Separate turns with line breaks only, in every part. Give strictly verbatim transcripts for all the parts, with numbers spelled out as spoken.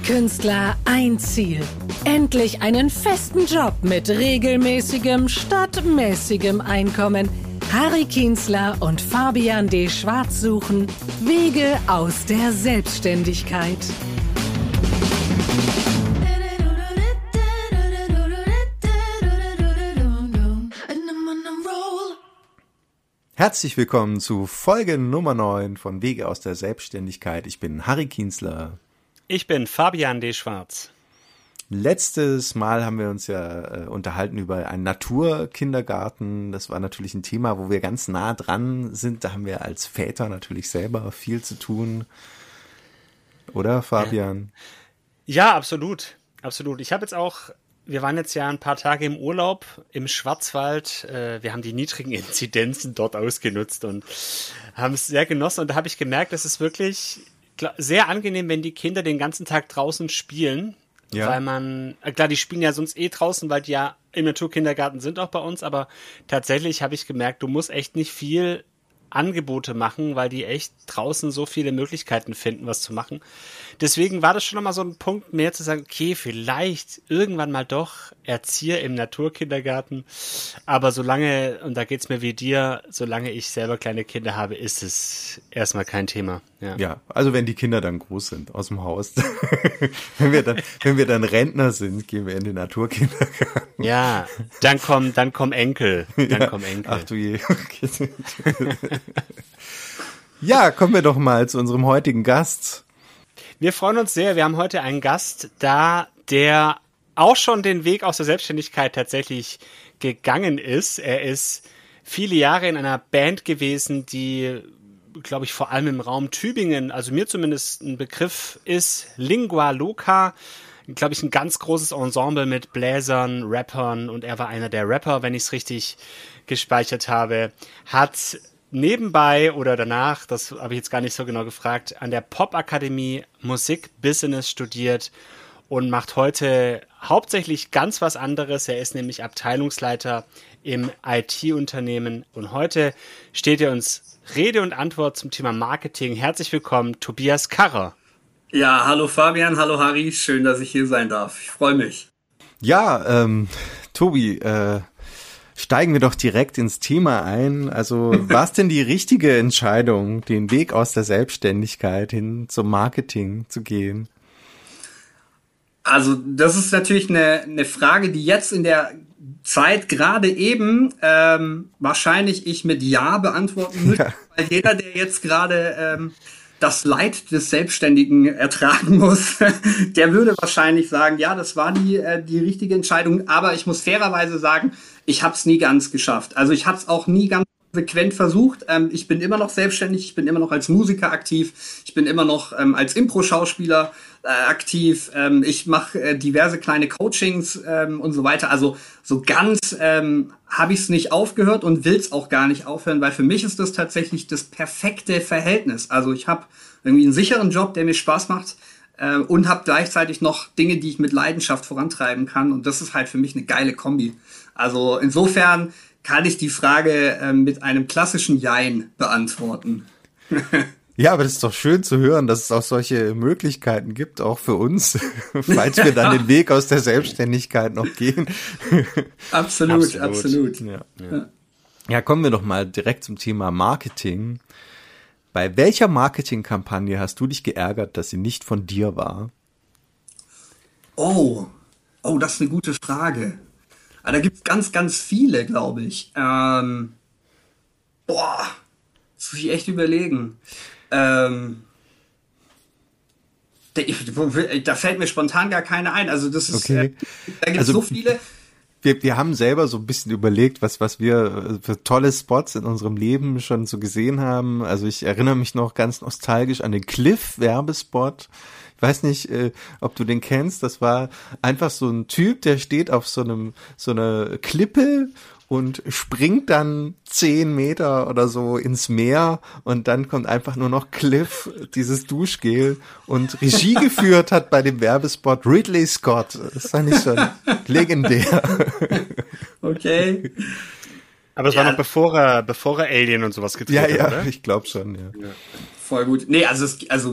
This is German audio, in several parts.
Künstler ein Ziel. Endlich einen festen Job mit regelmäßigem statt mäßigem Einkommen. Harry Kienzler und Fabian D. Schwarz suchen Wege aus der Selbstständigkeit.
Herzlich willkommen zu Folge Nummer neun von Wege aus der Selbstständigkeit. Ich bin Harry Kienzler.
Ich bin Fabian D. Schwarz.
Letztes Mal haben wir uns ja äh, unterhalten über einen Naturkindergarten. Das war natürlich ein Thema, wo wir ganz nah dran sind. Da haben wir als Väter natürlich selber viel zu tun. Oder, Fabian?
Ja, absolut. Absolut. Ich habe jetzt auch, wir waren jetzt ja ein paar Tage im Urlaub im Schwarzwald. Äh, wir haben die niedrigen Inzidenzen dort ausgenutzt und haben es sehr genossen. Und da habe ich gemerkt, es ist wirklich sehr angenehm, wenn die Kinder den ganzen Tag draußen spielen. Ja. Weil man, klar, die spielen ja sonst eh draußen, weil die ja im Naturkindergarten sind auch bei uns, aber tatsächlich habe ich gemerkt, du musst echt nicht viel Angebote machen, weil die echt draußen so viele Möglichkeiten finden, was zu machen. Deswegen war das schon nochmal so ein Punkt mehr zu sagen, okay, vielleicht irgendwann mal doch Erzieher im Naturkindergarten, aber solange, und da geht's mir wie dir, solange ich selber kleine Kinder habe, ist es erstmal kein Thema. Ja,
ja, also wenn die Kinder dann groß sind, aus dem Haus, wenn wir dann, wenn wir dann Rentner sind, gehen wir in den Naturkindergarten.
Ja, dann kommen, dann kommen Enkel, dann
ja,
kommen Enkel.
Ach du je. Okay. Ja, kommen wir doch mal zu unserem heutigen Gast.
Wir freuen uns sehr. Wir haben heute einen Gast da, der auch schon den Weg aus der Selbstständigkeit tatsächlich gegangen ist. Er ist viele Jahre in einer Band gewesen, die, glaube ich, vor allem im Raum Tübingen, also mir zumindest ein Begriff ist, Lingua Loca. Glaube ich, ein ganz großes Ensemble mit Bläsern, Rappern, und er war einer der Rapper, wenn ich es richtig gespeichert habe, hat nebenbei oder danach, das habe ich jetzt gar nicht so genau gefragt, an der Popakademie Musikbusiness studiert und macht heute hauptsächlich ganz was anderes. Er ist nämlich Abteilungsleiter im I T-Unternehmen und heute steht er uns Rede und Antwort zum Thema Marketing. Herzlich willkommen, Tobias Karrer.
Ja, hallo Fabian, hallo Harry, schön, dass ich hier sein darf. Ich freue mich.
Ja, ähm, Tobi, äh, steigen wir doch direkt ins Thema ein. Also, war es denn die richtige Entscheidung, den Weg aus der Selbstständigkeit hin zum Marketing zu gehen?
Also, das ist natürlich eine, eine Frage, die jetzt in der Zeit gerade eben ähm, wahrscheinlich ich mit Ja beantworten müsste, ja. Weil jeder, der jetzt gerade ähm, das Leid des Selbstständigen ertragen muss, der würde wahrscheinlich sagen, ja, das war die äh, die richtige Entscheidung. Aber ich muss fairerweise sagen, ich habe es nie ganz geschafft. Also ich habe es auch nie ganz konsequent versucht. Ähm, ich bin immer noch selbstständig, ich bin immer noch als Musiker aktiv, ich bin immer noch ähm, als Impro-Schauspieler äh, aktiv. Ähm, ich mache äh, diverse kleine Coachings ähm, und so weiter. Also so ganz ähm, habe ich es nicht aufgehört und will es auch gar nicht aufhören, weil für mich ist das tatsächlich das perfekte Verhältnis. Also ich habe irgendwie einen sicheren Job, der mir Spaß macht, äh, und habe gleichzeitig noch Dinge, die ich mit Leidenschaft vorantreiben kann. Und das ist halt für mich eine geile Kombi. Also insofern kann ich die Frage äh, mit einem klassischen Jein beantworten.
Ja, aber das ist doch schön zu hören, dass es auch solche Möglichkeiten gibt, auch für uns, falls wir dann den Weg aus der Selbstständigkeit noch gehen.
Absolut, absolut. absolut.
Ja. Ja. Ja, kommen wir doch mal direkt zum Thema Marketing. Bei welcher Marketingkampagne hast du dich geärgert, dass sie nicht von dir war?
Oh, oh, das ist eine gute Frage. Aber da gibt es ganz, ganz viele, glaube ich. Ähm, boah, das muss ich echt überlegen. Ähm, da, da fällt mir spontan gar keine ein. Also das ist,
okay.
äh, da gibt es
also,
so viele.
Wir, wir haben selber so ein bisschen überlegt, was, was wir für tolle Spots in unserem Leben schon so gesehen haben. Also ich erinnere mich noch ganz nostalgisch an den Cliff-Werbespot. Ich weiß nicht, äh, ob du den kennst. Das war einfach so ein Typ, der steht auf so einem so einer Klippe und springt dann zehn Meter oder so ins Meer und dann kommt einfach nur noch Cliff, dieses Duschgel, und Regie geführt hat bei dem Werbespot Ridley Scott. Das fand ich schon legendär.
Okay.
Aber es ja. war noch bevor er, bevor er Alien und sowas gedreht
ja,
hat,
ja,
oder?
Ja, ich glaube schon, ja.
ja. Voll gut. Nee, also, es, also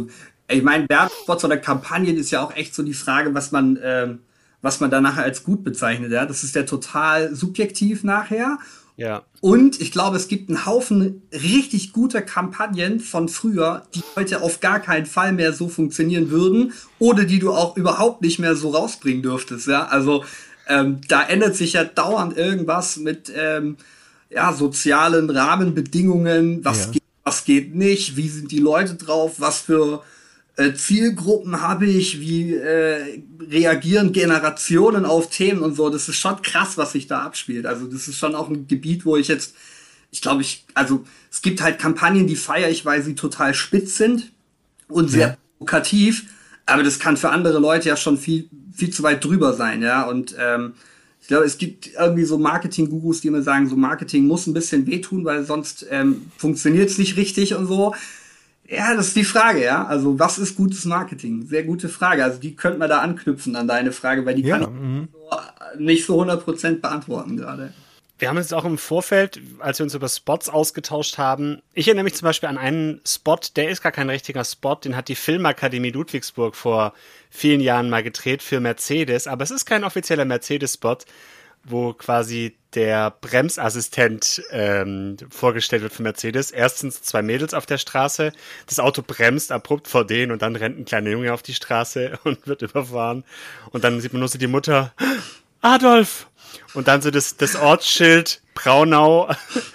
Ich meine, Werbespots oder Kampagnen ist ja auch echt so die Frage, was man, ähm, was man da nachher als gut bezeichnet. Ja? Das ist ja total subjektiv nachher.
Ja.
Und ich glaube, es gibt einen Haufen richtig guter Kampagnen von früher, die heute auf gar keinen Fall mehr so funktionieren würden oder die du auch überhaupt nicht mehr so rausbringen dürftest. Ja, also ähm, da ändert sich ja dauernd irgendwas mit ähm, ja, sozialen Rahmenbedingungen. Was
Ja.
geht, was geht nicht? Wie sind die Leute drauf? Was für äh, Zielgruppen habe ich? Wie äh, reagieren Generationen auf Themen und so? Das ist schon krass, was sich da abspielt. Also das ist schon auch ein Gebiet, wo ich jetzt, ich glaube, ich, also es gibt halt Kampagnen, die feiere ich, weil sie total spitz sind und sehr
Ja.
provokativ. Aber das kann für andere Leute ja schon viel, viel zu weit drüber sein, ja. Und ähm, ich glaube, es gibt irgendwie so Marketing-Gurus, die mir sagen, so Marketing muss ein bisschen wehtun, weil sonst ähm, funktioniert es nicht richtig und so. Ja, das ist die Frage, ja. Also, was ist gutes Marketing? Sehr gute Frage. Also, die könnte man da anknüpfen an deine Frage, weil die
Ja,
kann ich so, nicht so hundert Prozent beantworten gerade.
Wir haben uns auch im Vorfeld, als wir uns über Spots ausgetauscht haben, ich erinnere mich zum Beispiel an einen Spot, der ist gar kein richtiger Spot, den hat die Filmakademie Ludwigsburg vor vielen Jahren mal gedreht für Mercedes, aber es ist kein offizieller Mercedes-Spot, wo quasi der Bremsassistent ähm, vorgestellt wird für Mercedes. Erstens zwei Mädels auf der Straße, das Auto bremst abrupt vor denen und dann rennt ein kleiner Junge auf die Straße und wird überfahren. Und dann sieht man nur so die Mutter, Adolf! Und dann so das, das Ortsschild Braunau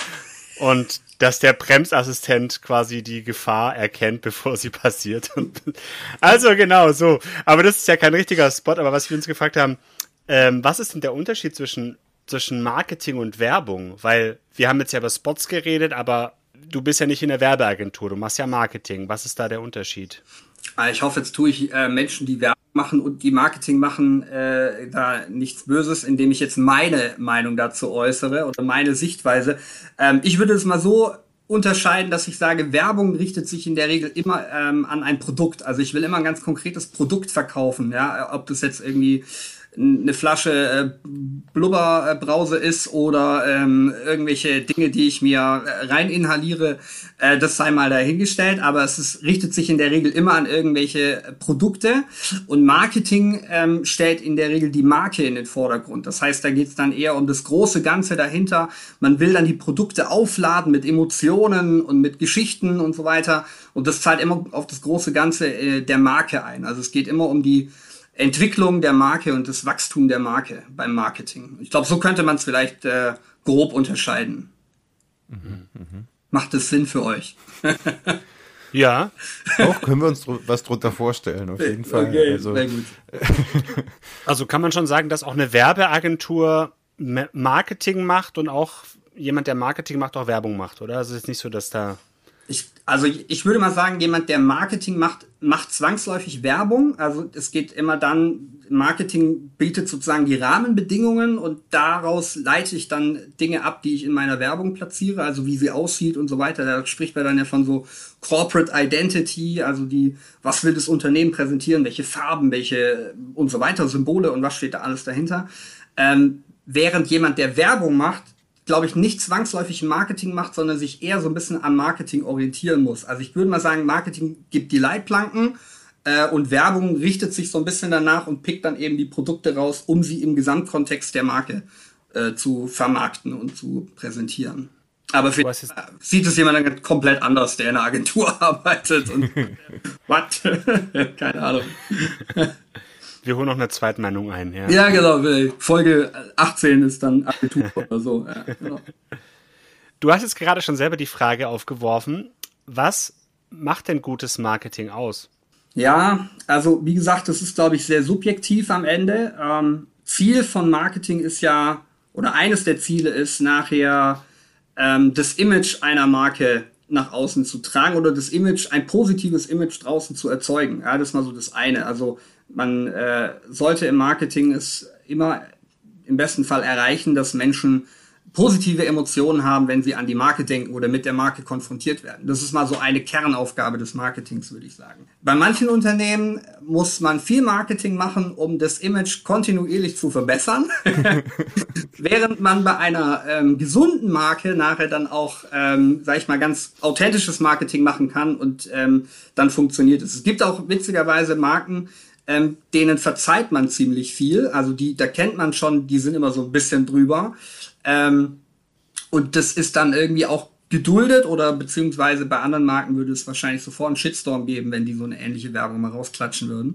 und dass der Bremsassistent quasi die Gefahr erkennt, bevor sie passiert. Also genau so. Aber das ist ja kein richtiger Spot. Aber was wir uns gefragt haben, ähm, was ist denn der Unterschied zwischen, zwischen Marketing und Werbung? Weil wir haben jetzt ja über Spots geredet, aber du bist ja nicht in der Werbeagentur, du machst ja Marketing. Was ist da der Unterschied?
Ich hoffe, jetzt tue ich äh, Menschen, die Werbung machen und die Marketing machen, äh, da nichts Böses, indem ich jetzt meine Meinung dazu äußere oder meine Sichtweise. Ähm, ich würde es mal so unterscheiden, dass ich sage, Werbung richtet sich in der Regel immer ähm, an ein Produkt. Also ich will immer ein ganz konkretes Produkt verkaufen, ja, ob das jetzt irgendwie eine Flasche äh, Blubberbrause ist oder ähm, irgendwelche Dinge, die ich mir rein inhaliere, äh, das sei mal dahingestellt, aber es ist, richtet sich in der Regel immer an irgendwelche Produkte und Marketing ähm, stellt in der Regel die Marke in den Vordergrund. Das heißt, da geht es dann eher um das große Ganze dahinter. Man will dann die Produkte aufladen mit Emotionen und mit Geschichten und so weiter und das zahlt immer auf das große Ganze äh, der Marke ein. Also es geht immer um die Entwicklung der Marke und das Wachstum der Marke beim Marketing. Ich glaube, so könnte man es vielleicht äh, grob unterscheiden. Mhm, mh. Macht es Sinn für euch?
Ja.
Auch können wir uns dr- was drunter vorstellen, auf jeden Fall.
Okay,
also,
sehr gut.
Also kann man schon sagen, dass auch eine Werbeagentur Marketing macht und auch jemand, der Marketing macht, auch Werbung macht, oder? Also es ist nicht so, dass da...
Ich, also ich würde mal sagen, jemand, der Marketing macht, macht zwangsläufig Werbung. Also es geht immer dann, Marketing bietet sozusagen die Rahmenbedingungen und daraus leite ich dann Dinge ab, die ich in meiner Werbung platziere, also wie sie aussieht und so weiter. Da spricht man dann ja von so Corporate Identity, also die, was will das Unternehmen präsentieren, welche Farben, welche und so weiter, Symbole und was steht da alles dahinter. Ähm, während jemand, der Werbung macht, glaube ich, nicht zwangsläufig Marketing macht, sondern sich eher so ein bisschen am Marketing orientieren muss. Also ich würde mal sagen, Marketing gibt die Leitplanken äh, und Werbung richtet sich so ein bisschen danach und pickt dann eben die Produkte raus, um sie im Gesamtkontext der Marke äh, zu vermarkten und zu präsentieren. Aber für, äh, sieht es jemand dann komplett anders, der in einer Agentur arbeitet und was? Keine Ahnung.
Wir holen noch eine Zweitmeinung ein, ja.
Ja, genau. Folge achtzehn ist dann Abitur oder so. Ja, genau.
Du hast jetzt gerade schon selber die Frage aufgeworfen, was macht denn gutes Marketing aus?
Ja, also wie gesagt, das ist, glaube ich, sehr subjektiv am Ende. Ähm, Ziel von Marketing ist ja, oder eines der Ziele ist nachher, ähm, das Image einer Marke nach außen zu tragen oder das Image, ein positives Image draußen zu erzeugen. Ja, das ist mal so das eine. Also man äh, sollte im Marketing es immer im besten Fall erreichen, dass Menschen positive Emotionen haben, wenn sie an die Marke denken oder mit der Marke konfrontiert werden. Das ist mal so eine Kernaufgabe des Marketings, würde ich sagen. Bei manchen Unternehmen muss man viel Marketing machen, um das Image kontinuierlich zu verbessern, während man bei einer ähm, gesunden Marke nachher dann auch, ähm, sag ich mal, ganz authentisches Marketing machen kann und ähm, dann funktioniert es. Es gibt auch witzigerweise Marken, ähm, denen verzeiht man ziemlich viel, also die, da kennt man schon, die sind immer so ein bisschen drüber. Ähm, und das ist dann irgendwie auch geduldet oder beziehungsweise bei anderen Marken würde es wahrscheinlich sofort einen Shitstorm geben, wenn die so eine ähnliche Werbung mal rausklatschen würden.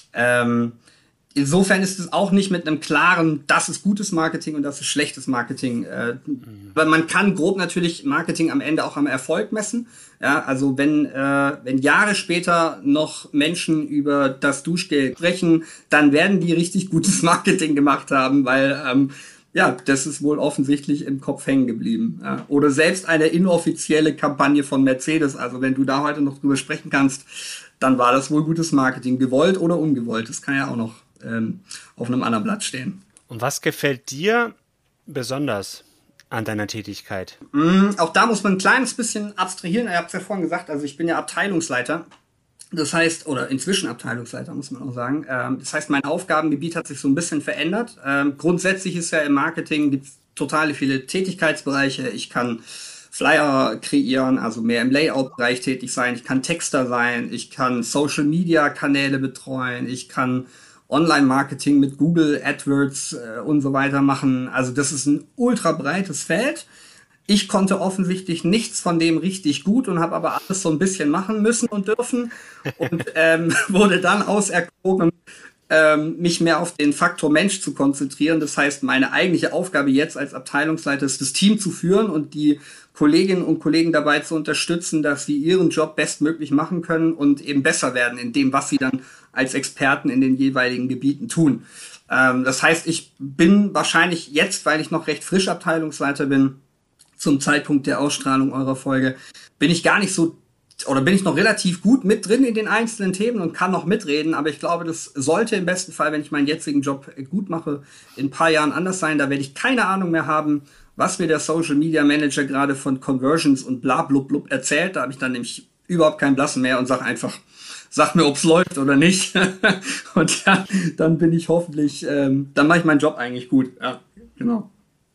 Ähm, insofern ist es auch nicht mit einem klaren, das ist gutes Marketing und das ist schlechtes Marketing. Äh, mhm. Weil man kann grob natürlich Marketing am Ende auch am Erfolg messen. Ja, also wenn, äh, wenn Jahre später noch Menschen über das Duschgel sprechen, dann werden die richtig gutes Marketing gemacht haben, weil ähm, ja, das ist wohl offensichtlich im Kopf hängen geblieben. Ja. Oder selbst eine inoffizielle Kampagne von Mercedes. Also wenn du da heute noch drüber sprechen kannst, dann war das wohl gutes Marketing. Gewollt oder ungewollt. Das kann ja auch noch ähm, auf einem anderen Blatt stehen.
Und was gefällt dir besonders an deiner Tätigkeit?
Mm, auch da muss man ein kleines bisschen abstrahieren. Ihr habt es ja vorhin gesagt, also ich bin ja Abteilungsleiter. Das heißt, oder inzwischen Abteilungsleiter, muss man auch sagen. Ähm, das heißt, mein Aufgabengebiet hat sich so ein bisschen verändert. Ähm, grundsätzlich ist ja im Marketing gibt's total viele Tätigkeitsbereiche. Ich kann Flyer kreieren, also mehr im Layout-Bereich tätig sein. Ich kann Texter sein. Ich kann Social-Media-Kanäle betreuen. Ich kann Online-Marketing mit Google AdWords äh, und so weiter machen. Also das ist ein ultra breites Feld. Ich konnte offensichtlich nichts von dem richtig gut und habe aber alles so ein bisschen machen müssen und dürfen und ähm, wurde dann auserkoren, ähm, mich mehr auf den Faktor Mensch zu konzentrieren. Das heißt, meine eigentliche Aufgabe jetzt als Abteilungsleiter ist, das Team zu führen und die Kolleginnen und Kollegen dabei zu unterstützen, dass sie ihren Job bestmöglich machen können und eben besser werden in dem, was sie dann als Experten in den jeweiligen Gebieten tun. Ähm, das heißt, ich bin wahrscheinlich jetzt, weil ich noch recht frisch Abteilungsleiter bin, zum Zeitpunkt der Ausstrahlung eurer Folge, bin ich gar nicht so, oder bin ich noch relativ gut mit drin in den einzelnen Themen und kann noch mitreden, aber ich glaube, das sollte im besten Fall, wenn ich meinen jetzigen Job gut mache, in ein paar Jahren anders sein. Da werde ich keine Ahnung mehr haben, was mir der Social Media Manager gerade von Conversions und bla blub blub erzählt. Da habe ich dann nämlich überhaupt keinen Blassen mehr und sage einfach, sag mir, ob's läuft oder nicht. Und ja, dann bin ich hoffentlich, ähm, dann mache ich meinen Job eigentlich gut. Ja, genau.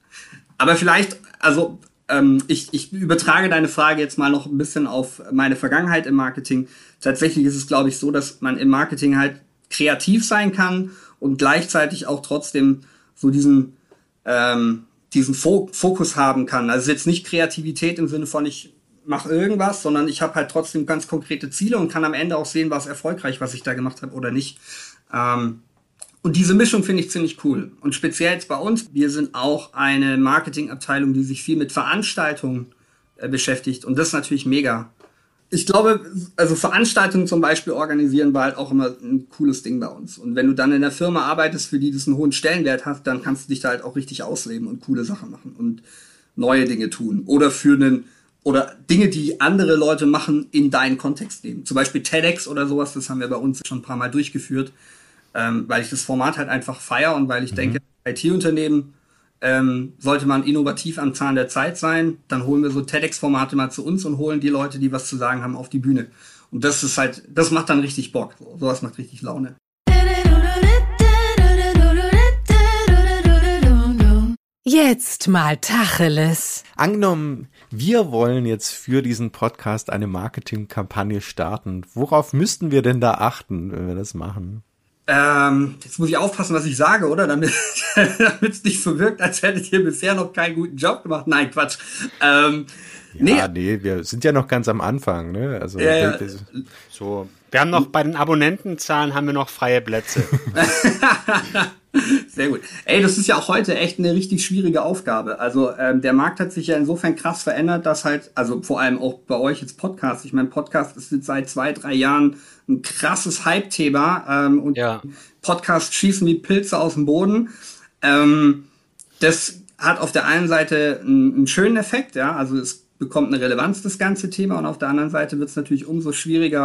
Aber vielleicht, also Ähm, ich, ich übertrage deine Frage jetzt mal noch ein bisschen auf meine Vergangenheit im Marketing. Tatsächlich ist es, glaube ich, so, dass man im Marketing halt kreativ sein kann und gleichzeitig auch trotzdem so diesen, ähm, diesen Fo- Fokus haben kann. Also jetzt nicht Kreativität im Sinne von ich mache irgendwas, sondern ich habe halt trotzdem ganz konkrete Ziele und kann am Ende auch sehen, war es erfolgreich, was ich da gemacht habe oder nicht. Ähm, Und diese Mischung finde ich ziemlich cool. Und speziell jetzt bei uns, wir sind auch eine Marketingabteilung, die sich viel mit Veranstaltungen äh, beschäftigt. Und das ist natürlich mega. Ich glaube, also Veranstaltungen zum Beispiel organisieren war halt auch immer ein cooles Ding bei uns. Und wenn du dann in der Firma arbeitest, für die das einen hohen Stellenwert hat, dann kannst du dich da halt auch richtig ausleben und coole Sachen machen und neue Dinge tun. Oder für einen, oder Dinge, die andere Leute machen, in deinen Kontext nehmen. Zum Beispiel TEDx oder sowas, das haben wir bei uns schon ein paar Mal durchgeführt. Ähm, weil ich das Format halt einfach feiere und weil ich mhm. denke, I T-Unternehmen ähm, sollte man innovativ am Zahn der Zeit sein, dann holen wir so TEDx-Formate mal zu uns und holen die Leute, die was zu sagen haben, auf die Bühne. Und das ist halt, das macht dann richtig Bock. So, sowas macht richtig Laune.
Jetzt mal Tacheles.
Angenommen, wir wollen jetzt für diesen Podcast eine Marketingkampagne starten. Worauf müssten wir denn da achten, wenn wir das machen?
Ähm, jetzt muss ich aufpassen, was ich sage, oder? Damit es nicht so wirkt, als hättet ihr bisher noch keinen guten Job gemacht. Nein, Quatsch. Ähm,
ja, nee. nee, wir sind ja noch ganz am Anfang, ne? Also
äh,
so. Wir haben noch bei den Abonnentenzahlen haben wir noch freie Plätze.
Sehr gut. Ey, das ist ja auch heute echt eine richtig schwierige Aufgabe. Also ähm, der Markt hat sich ja insofern krass verändert, dass halt, also vor allem auch bei euch jetzt Podcast. Ich meine, Podcast ist jetzt seit zwei, drei Jahren ein krasses Hype-Thema ähm, und ja. Podcasts schießen wie Pilze aus dem Boden. Ähm, das hat auf der einen Seite einen, einen schönen Effekt, ja, also es bekommt eine Relevanz, das ganze Thema, und auf der anderen Seite wird es natürlich umso schwieriger,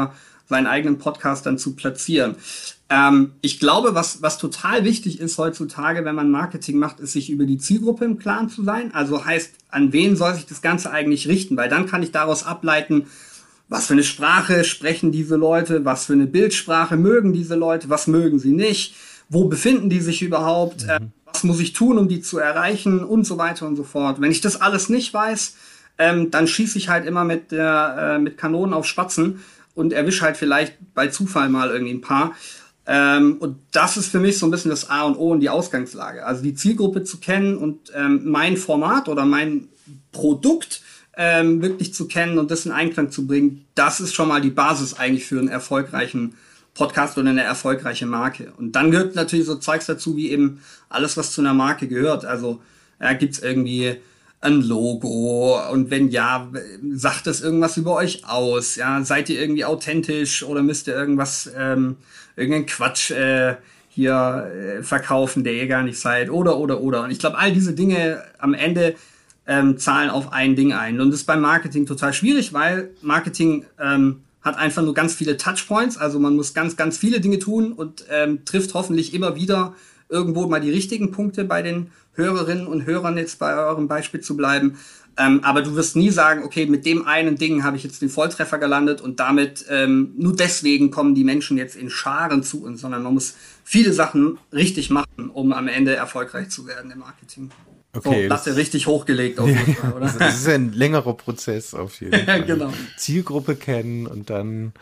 seinen eigenen Podcast dann zu platzieren. Ähm, ich glaube, was, was total wichtig ist heutzutage, wenn man Marketing macht, ist, sich über die Zielgruppe im Klaren zu sein. Also heißt, an wen soll sich das Ganze eigentlich richten? Weil dann kann ich daraus ableiten, was für eine Sprache sprechen diese Leute, was für eine Bildsprache mögen diese Leute, was mögen sie nicht, wo befinden die sich überhaupt, mhm. äh, was muss ich tun, um die zu erreichen und so weiter und so fort. Wenn ich das alles nicht weiß, ähm, dann schieße ich halt immer mit, der, äh, mit Kanonen auf Spatzen und erwische halt vielleicht bei Zufall mal irgendwie ein paar. Ähm, und das ist für mich so ein bisschen das A und O und die Ausgangslage. Also die Zielgruppe zu kennen und ähm, mein Format oder mein Produkt ähm, wirklich zu kennen und das in Einklang zu bringen, das ist schon mal die Basis eigentlich für einen erfolgreichen Podcast oder eine erfolgreiche Marke. Und dann gehört natürlich so Zeugs dazu, wie eben alles, was zu einer Marke gehört. Also ja, gibt's irgendwie ein Logo und wenn ja, sagt das irgendwas über euch aus? Ja, seid ihr irgendwie authentisch oder müsst ihr irgendwas, ähm, irgendeinen Quatsch äh, hier äh, verkaufen, der ihr gar nicht seid? Oder, oder, oder. Und ich glaube, all diese Dinge am Ende ähm, zahlen auf ein Ding ein. Und das ist beim Marketing total schwierig, weil Marketing ähm, hat einfach nur ganz viele Touchpoints. Also man muss ganz, ganz viele Dinge tun und ähm, trifft hoffentlich immer wieder irgendwo mal die richtigen Punkte bei den Hörerinnen und Hörern, jetzt bei eurem Beispiel zu bleiben. Ähm, aber du wirst nie sagen, okay, mit dem einen Ding habe ich jetzt den Volltreffer gelandet und damit ähm, nur deswegen kommen die Menschen jetzt in Scharen zu uns, sondern man muss viele Sachen richtig machen, um am Ende erfolgreich zu werden im Marketing.
Okay,
so, Latte richtig hochgelegt auf jeden Fall, oder?
Das ist ein längerer Prozess auf jeden Fall.
Genau.
Zielgruppe kennen und dann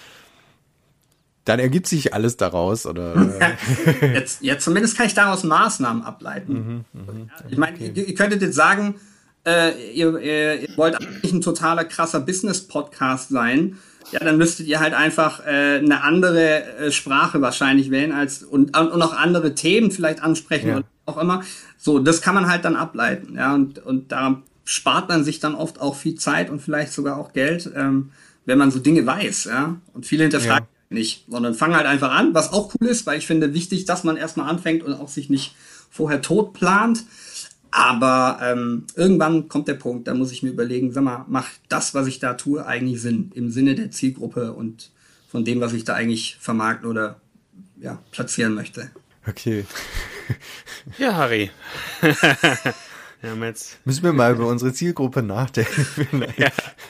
Dann ergibt sich alles daraus, oder?
jetzt, jetzt zumindest kann ich daraus Maßnahmen ableiten. Mhm, mh, ich meine, okay. ihr, ihr könntet jetzt sagen, äh, ihr, ihr, ihr wollt eigentlich ein totaler krasser Business-Podcast sein. Ja, dann müsstet ihr halt einfach äh, eine andere äh, Sprache wahrscheinlich wählen als und, und auch andere Themen vielleicht ansprechen ja. oder auch immer. So, das kann man halt dann ableiten. Ja, und, und da spart man sich dann oft auch viel Zeit und vielleicht sogar auch Geld, ähm, wenn man so Dinge weiß. Ja, und viele hinterfragen. Ja. Nicht, sondern fang halt einfach an, was auch cool ist, weil ich finde wichtig, dass man erstmal anfängt und auch sich nicht vorher tot plant. Aber ähm, irgendwann kommt der Punkt, da muss ich mir überlegen, sag mal, macht das, was ich da tue, eigentlich Sinn im Sinne der Zielgruppe und von dem, was ich da eigentlich vermarkten oder ja, platzieren möchte.
Okay.
Ja, Harry. Wir haben jetzt
Müssen wir mal über unsere Zielgruppe nachdenken.
Ja,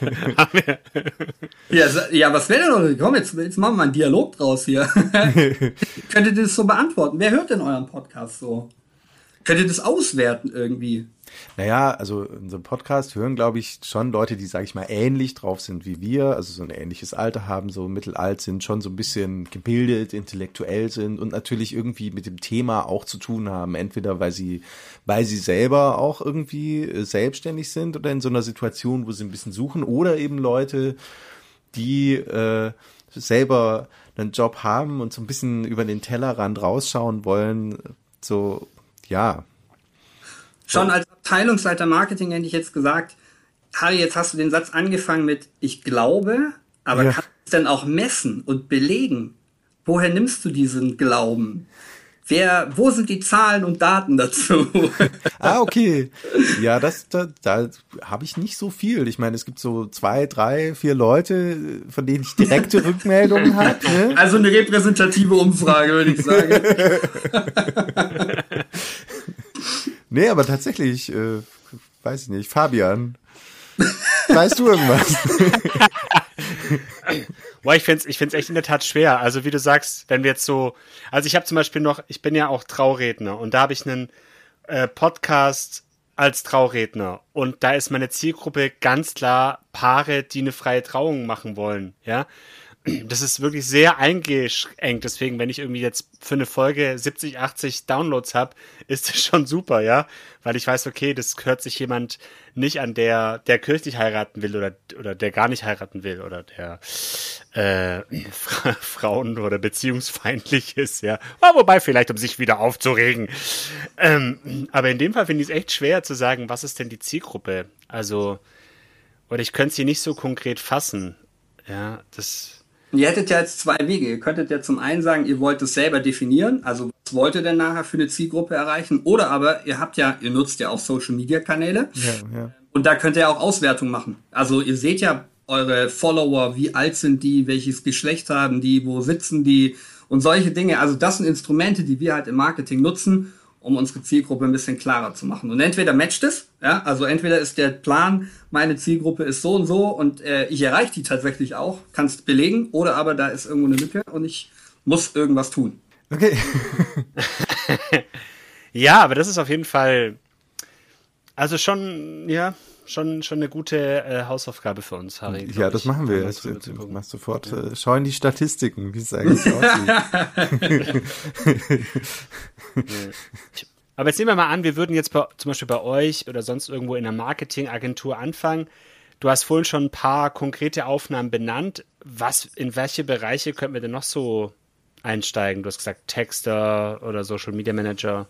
ja, ja, was wäre denn noch? Komm, jetzt, jetzt machen wir mal einen Dialog draus hier. Könnt ihr das so beantworten? Wer hört denn euren Podcast so? Könnt ihr das auswerten irgendwie?
Naja, also unseren Podcast hören, glaube ich, schon Leute, die, sage ich mal, ähnlich drauf sind wie wir, also so ein ähnliches Alter haben, so mittelalt sind, schon so ein bisschen gebildet, intellektuell sind und natürlich irgendwie mit dem Thema auch zu tun haben, entweder weil sie, weil sie selber auch irgendwie selbstständig sind oder in so einer Situation, wo sie ein bisschen suchen, oder eben Leute, die äh, selber einen Job haben und so ein bisschen über den Tellerrand rausschauen wollen, so, ja.
Schon als Abteilungsleiter Marketing hätte ich jetzt gesagt, Harry, jetzt hast du den Satz angefangen mit ich glaube, aber ja. kannst du es denn auch messen und belegen? Woher nimmst du diesen Glauben? Wer, wo sind die Zahlen und Daten dazu?
Ah, okay. Ja, das, da, da habe ich nicht so viel. Ich meine, es gibt so zwei, drei, vier Leute, von denen ich direkte Rückmeldungen habe. Ne?
Also eine repräsentative Umfrage, würde ich sagen.
Nee, aber tatsächlich, äh, weiß ich nicht, Fabian, weißt du irgendwas?
Boah, ich find's, ich find's echt in der Tat schwer. Also wie du sagst, wenn wir jetzt so, also ich habe zum Beispiel noch, ich bin ja auch Trauredner und da habe ich einen äh, Podcast als Trauredner und da ist meine Zielgruppe ganz klar Paare, die eine freie Trauung machen wollen, ja. Das ist wirklich sehr eingeengt, deswegen, wenn ich irgendwie jetzt für eine Folge siebzig, achtzig Downloads habe, ist das schon super, ja, weil ich weiß, okay, das hört sich jemand nicht an, der der kirchlich heiraten will oder oder der gar nicht heiraten will oder der äh, Fra- Frauen- oder beziehungsfeindlich ist, ja, aber wobei vielleicht, um sich wieder aufzuregen. Ähm, aber in dem Fall finde ich es echt schwer zu sagen, was ist denn die Zielgruppe, also, oder ich könnte sie nicht so konkret fassen, ja, das...
Ihr hättet ja jetzt zwei Wege. Ihr könntet ja zum einen sagen, ihr wollt es selber definieren, also was wollt ihr denn nachher für eine Zielgruppe erreichen? Oder aber ihr habt ja, ihr nutzt ja auch Social Media Kanäle
ja, ja.
und da könnt ihr auch Auswertung machen. Also ihr seht ja eure Follower, wie alt sind die, welches Geschlecht haben die, wo sitzen die und solche Dinge. Also das sind Instrumente, die wir halt im Marketing nutzen, um unsere Zielgruppe ein bisschen klarer zu machen. Und entweder matcht es, ja, also entweder ist der Plan, meine Zielgruppe ist so und so und äh, ich erreiche die tatsächlich auch, kannst belegen, oder aber da ist irgendwo eine Lücke und ich muss irgendwas tun.
Okay.
Ja, aber das ist auf jeden Fall, also schon, ja, schon, schon eine gute äh, Hausaufgabe für uns, Harry.
Ja, das
ich.
machen wir jetzt. Jetzt machst sofort, ja. äh, schau in die Statistiken, wie es eigentlich aussieht.
Aber jetzt nehmen wir mal an, wir würden jetzt bei, zum Beispiel bei euch oder sonst irgendwo in einer Marketingagentur anfangen. Du hast vorhin schon ein paar konkrete Aufnahmen benannt. Was, in welche Bereiche könnten wir denn noch so einsteigen? Du hast gesagt Texter oder Social Media Manager.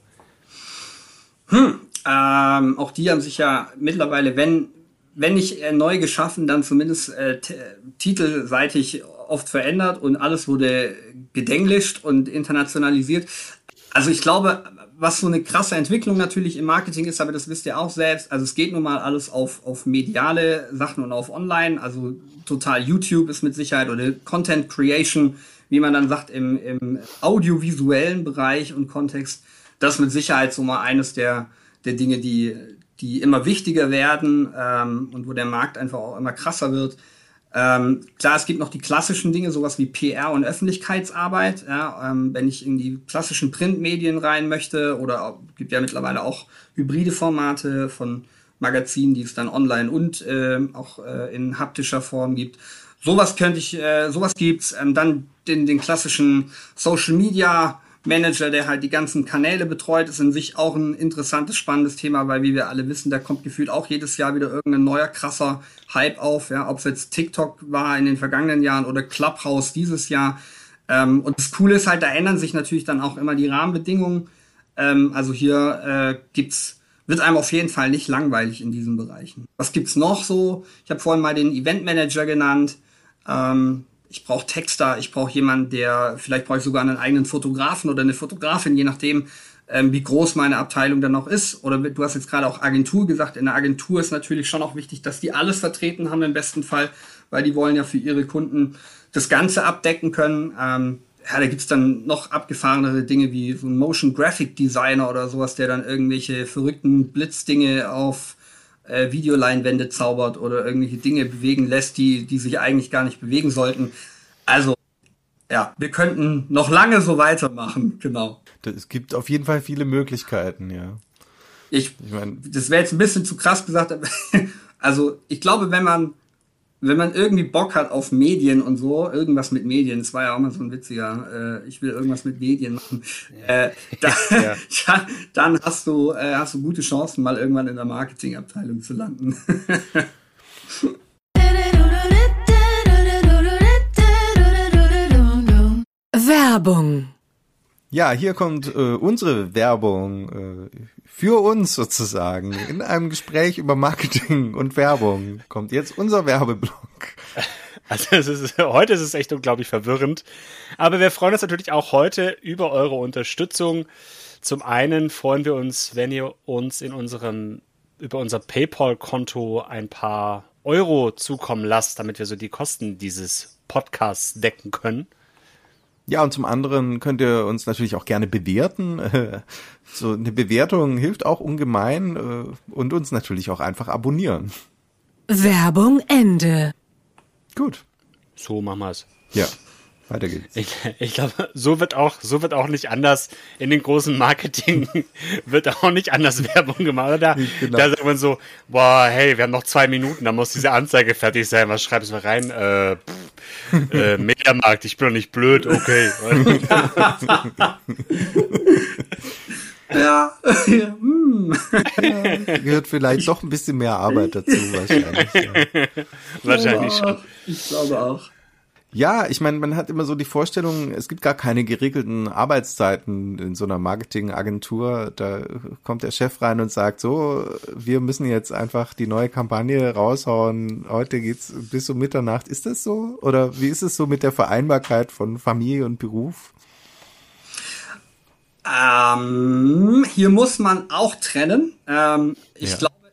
Hm, ähm, auch die haben sich ja mittlerweile, wenn, wenn nicht äh, neu geschaffen, dann zumindest äh, t- titelseitig oft verändert und alles wurde gedenglischt und internationalisiert. Also ich glaube, was so eine krasse Entwicklung natürlich im Marketing ist, aber das wisst ihr auch selbst, also es geht nun mal alles auf, auf mediale Sachen und auf Online, also total YouTube ist mit Sicherheit oder Content Creation, wie man dann sagt, im, im audiovisuellen Bereich und Kontext, das ist mit Sicherheit so mal eines der, der Dinge, die, die immer wichtiger werden ähm, und wo der Markt einfach auch immer krasser wird. Ähm, klar, es gibt noch die klassischen Dinge, sowas wie P R und Öffentlichkeitsarbeit. Ja, ähm, wenn ich in die klassischen Printmedien rein möchte oder gibt ja mittlerweile auch hybride Formate von Magazinen, die es dann online und äh, auch äh, in haptischer Form gibt. Sowas könnte ich, äh, sowas gibt's. Ähm, dann den, den klassischen Social Media Manager, der halt die ganzen Kanäle betreut, ist in sich auch ein interessantes, spannendes Thema, weil wie wir alle wissen, da kommt gefühlt auch jedes Jahr wieder irgendein neuer, krasser Hype auf, ja, ob es jetzt TikTok war in den vergangenen Jahren oder Clubhouse dieses Jahr. Ähm, und das Coole ist halt, da ändern sich natürlich dann auch immer die Rahmenbedingungen. Ähm, also hier äh, gibt's, wird einem auf jeden Fall nicht langweilig in diesen Bereichen. Was gibt's noch so? Ich habe vorhin mal den Event Manager genannt. Ähm, Ich brauche Texter, ich brauche jemanden, der, vielleicht brauche ich sogar einen eigenen Fotografen oder eine Fotografin, je nachdem, ähm, wie groß meine Abteilung dann noch ist. Oder du hast jetzt gerade auch Agentur gesagt. In der Agentur ist natürlich schon auch wichtig, dass die alles vertreten haben im besten Fall, weil die wollen ja für ihre Kunden das Ganze abdecken können. Ähm, ja, da gibt's dann noch abgefahrenere Dinge wie so ein Motion Graphic Designer oder sowas, der dann irgendwelche verrückten Blitzdinge auf Äh, Videoleinwände zaubert oder irgendwelche Dinge bewegen lässt, die, die sich eigentlich gar nicht bewegen sollten. Also, ja, wir könnten noch lange so weitermachen, genau.
Es gibt auf jeden Fall viele Möglichkeiten, ja.
Ich,
ich mein,
das wäre jetzt ein bisschen zu krass gesagt, aber also ich glaube, wenn man wenn man irgendwie Bock hat auf Medien und so, irgendwas mit Medien, das war ja auch mal so ein witziger, äh, ich will irgendwas mit Medien machen, äh, da, ja. ja, dann hast du, äh, hast du gute Chancen, mal irgendwann in der Marketingabteilung zu landen.
Werbung.
Ja, hier kommt äh, unsere Werbung äh, für uns sozusagen. In einem Gespräch über Marketing und Werbung kommt jetzt unser Werbeblock.
Also es ist, heute ist es echt unglaublich verwirrend. Aber wir freuen uns natürlich auch heute über eure Unterstützung. Zum einen freuen wir uns, wenn ihr uns in unserem über unser PayPal-Konto ein paar Euro zukommen lasst, damit wir so die Kosten dieses Podcasts decken können.
Ja, und zum anderen könnt ihr uns natürlich auch gerne bewerten. So eine Bewertung hilft auch ungemein und uns natürlich auch einfach abonnieren.
Werbung Ende.
Gut.
So machen wir es.
Ja, weiter geht's.
Ich, ich glaube, so wird auch, so wird auch nicht anders in den großen Marketing wird auch nicht anders Werbung gemacht. Oder?
Genau.
Da sagt man so, boah, hey, wir haben noch zwei Minuten, da muss diese Anzeige fertig sein. Was schreibst du rein? Äh, pff, äh, Mediamarkt, ich bin doch nicht blöd, okay.
Ja, ja, hm.
Ja, gehört vielleicht doch ein bisschen mehr Arbeit dazu wahrscheinlich. Ja.
Wahrscheinlich schon.
Ich glaube auch.
Ja, ich meine, man hat immer so die Vorstellung, es gibt gar keine geregelten Arbeitszeiten in so einer Marketingagentur. Da kommt der Chef rein und sagt so, wir müssen jetzt einfach die neue Kampagne raushauen. Heute geht's bis um Mitternacht. Ist das so? Oder wie ist es so mit der Vereinbarkeit von Familie und Beruf?
Ähm, hier muss man auch trennen. Ähm, ich
Ja.
glaube,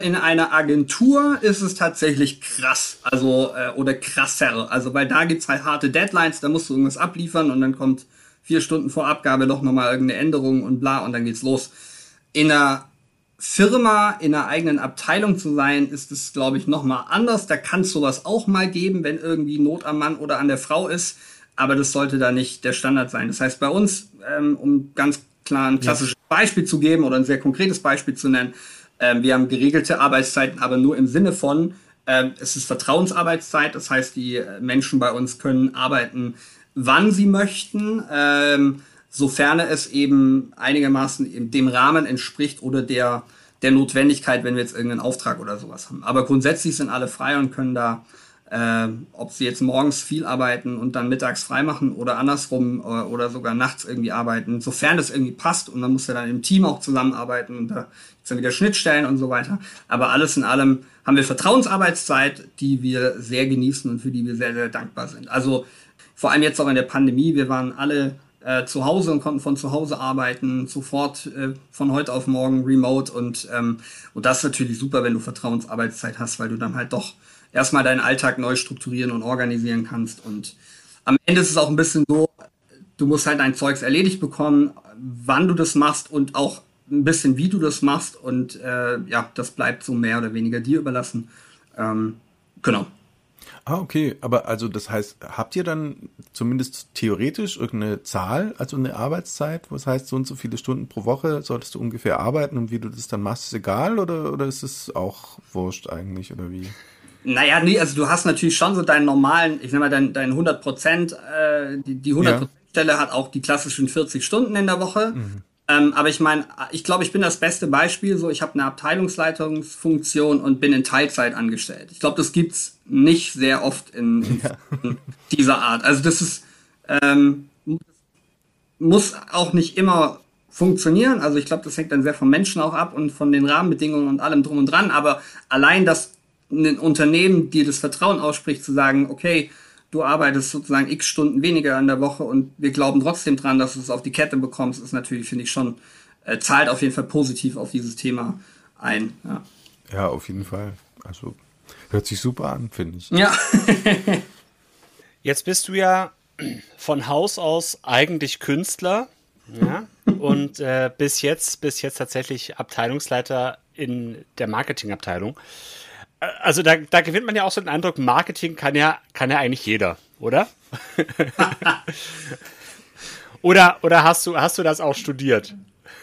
in einer Agentur ist es tatsächlich krass, also äh, oder krasser. Also weil da gibt's halt harte Deadlines, da musst du irgendwas abliefern und dann kommt vier Stunden vor Abgabe doch nochmal irgendeine Änderung und bla und dann geht's los. In einer Firma, in einer eigenen Abteilung zu sein, ist es, glaube ich, nochmal anders. Da kann es sowas auch mal geben, wenn irgendwie Not am Mann oder an der Frau ist. Aber das sollte da nicht der Standard sein. Das heißt, bei uns, ähm, um ganz klar ein klassisches ja. Beispiel zu geben oder ein sehr konkretes Beispiel zu nennen, ähm, wir haben geregelte Arbeitszeiten, aber nur im Sinne von, ähm, es ist Vertrauensarbeitszeit. Das heißt, die Menschen bei uns können arbeiten, wann sie möchten, ähm, sofern es eben einigermaßen in dem Rahmen entspricht oder der, der Notwendigkeit, wenn wir jetzt irgendeinen Auftrag oder sowas haben. Aber grundsätzlich sind alle frei und können da, äh, ob sie jetzt morgens viel arbeiten und dann mittags frei machen oder andersrum oder, oder sogar nachts irgendwie arbeiten, sofern das irgendwie passt. Und man muss ja dann im Team auch zusammenarbeiten und da gibt's dann wieder Schnittstellen und so weiter. Aber alles in allem haben wir Vertrauensarbeitszeit, die wir sehr genießen und für die wir sehr, sehr dankbar sind. Also vor allem jetzt auch in der Pandemie, wir waren alle äh, zu Hause und konnten von zu Hause arbeiten, sofort äh, von heute auf morgen remote und, ähm, und das ist natürlich super, wenn du Vertrauensarbeitszeit hast, weil du dann halt doch erstmal deinen Alltag neu strukturieren und organisieren kannst und am Ende ist es auch ein bisschen so, du musst halt dein Zeugs erledigt bekommen, wann du das machst und auch ein bisschen wie du das machst und äh, ja, das bleibt so mehr oder weniger dir überlassen. Ähm, genau.
Ah, okay. Aber also das heißt, habt ihr dann zumindest theoretisch irgendeine Zahl, also eine Arbeitszeit, was heißt, so und so viele Stunden pro Woche solltest du ungefähr arbeiten und wie du das dann machst, ist egal oder, oder ist es auch wurscht eigentlich oder wie?
Naja, nee, also du hast natürlich schon so deinen normalen, ich nenne mal deinen, deinen hundert Prozent, äh, die, die hundert Prozent Stelle hat auch die klassischen vierzig Stunden in der Woche. Mhm. Ähm, aber ich meine, ich glaube, ich bin das beste Beispiel. So, ich habe eine Abteilungsleitungsfunktion und bin in Teilzeit angestellt. Ich glaube, das gibt's nicht sehr oft in, in, ja. in dieser Art. Also das ist ähm, muss auch nicht immer funktionieren. Also ich glaube, das hängt dann sehr vom Menschen auch ab und von den Rahmenbedingungen und allem drum und dran. Aber allein, dass ein Unternehmen dir das Vertrauen ausspricht, zu sagen, okay, du arbeitest sozusagen x Stunden weniger in der Woche und wir glauben trotzdem dran, dass du es auf die Kette bekommst, ist natürlich, finde ich schon, äh, zahlt auf jeden Fall positiv auf dieses Thema ein. Ja,
ja auf jeden Fall. Also hört sich super an, finde ich.
Ja.
Jetzt bist du ja von Haus aus eigentlich Künstler, ja, und äh, bis jetzt, bis jetzt tatsächlich Abteilungsleiter in der Marketingabteilung. Also da, da gewinnt man ja auch so den Eindruck, Marketing kann ja, kann ja eigentlich jeder, oder? oder oder hast du, hast du das auch studiert?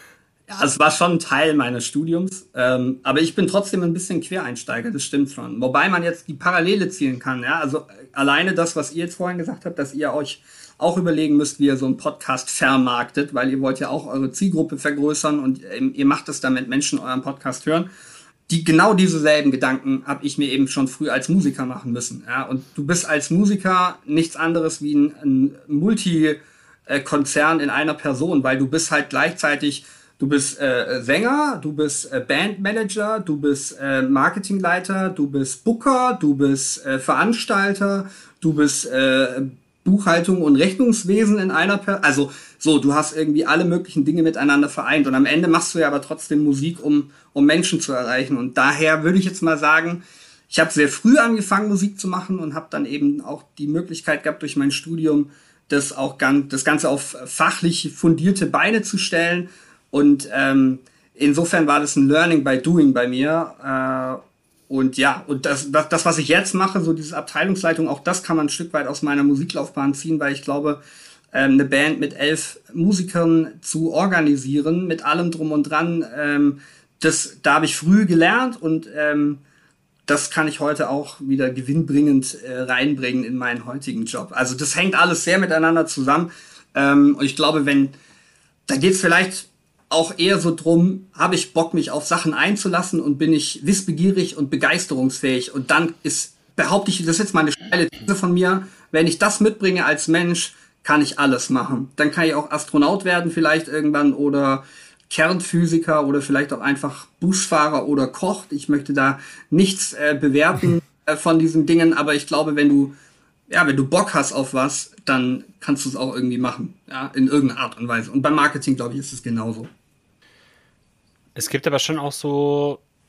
Ja, es war schon ein Teil meines Studiums, ähm, aber ich bin trotzdem ein bisschen Quereinsteiger, das stimmt schon. Wobei man jetzt die Parallele ziehen kann, ja, also alleine das, was ihr jetzt vorhin gesagt habt, dass ihr euch auch überlegen müsst, wie ihr so einen Podcast vermarktet, weil ihr wollt ja auch eure Zielgruppe vergrößern und ähm, ihr macht es, damit Menschen euren Podcast hören. Die genau diese selben Gedanken habe ich mir eben schon früh als Musiker machen müssen. Ja? Und du bist als Musiker nichts anderes wie ein, ein Multikonzern in einer Person, weil du bist halt gleichzeitig, du bist äh, Sänger, du bist äh, Bandmanager, du bist äh, Marketingleiter, du bist Booker, du bist äh, Veranstalter, du bist äh, Buchhaltung und Rechnungswesen in einer Person. Also so, du hast irgendwie alle möglichen Dinge miteinander vereint und am Ende machst du ja aber trotzdem Musik, um um Menschen zu erreichen. Und daher würde ich jetzt mal sagen, ich habe sehr früh angefangen, Musik zu machen und habe dann eben auch die Möglichkeit gehabt, durch mein Studium das auch ganz, das Ganze auf fachlich fundierte Beine zu stellen. Und ähm, insofern war das ein Learning by Doing bei mir. Äh, und ja, und das, das, das, was ich jetzt mache, so diese Abteilungsleitung, auch das kann man ein Stück weit aus meiner Musiklaufbahn ziehen, weil ich glaube, ähm, eine Band mit elf Musikern zu organisieren, mit allem drum und dran, ähm, das, da habe ich früh gelernt und ähm, das kann ich heute auch wieder gewinnbringend äh, reinbringen in meinen heutigen Job. Also das hängt alles sehr miteinander zusammen. Ähm, und ich glaube, wenn, da geht es vielleicht auch eher so drum, habe ich Bock, mich auf Sachen einzulassen und bin ich wissbegierig und begeisterungsfähig. Und dann ist, behaupte ich, das ist jetzt mal eine steile These von mir, wenn ich das mitbringe als Mensch, kann ich alles machen. Dann kann ich auch Astronaut werden vielleicht irgendwann oder Kernphysiker oder vielleicht auch einfach Busfahrer oder Koch. Ich möchte da nichts äh, bewerten äh, von diesen Dingen, aber ich glaube, wenn du ja, wenn du Bock hast auf was, dann kannst du es auch irgendwie machen, ja, in irgendeiner Art und Weise. Und beim Marketing, glaube ich, ist es genauso.
Es gibt aber schon auch so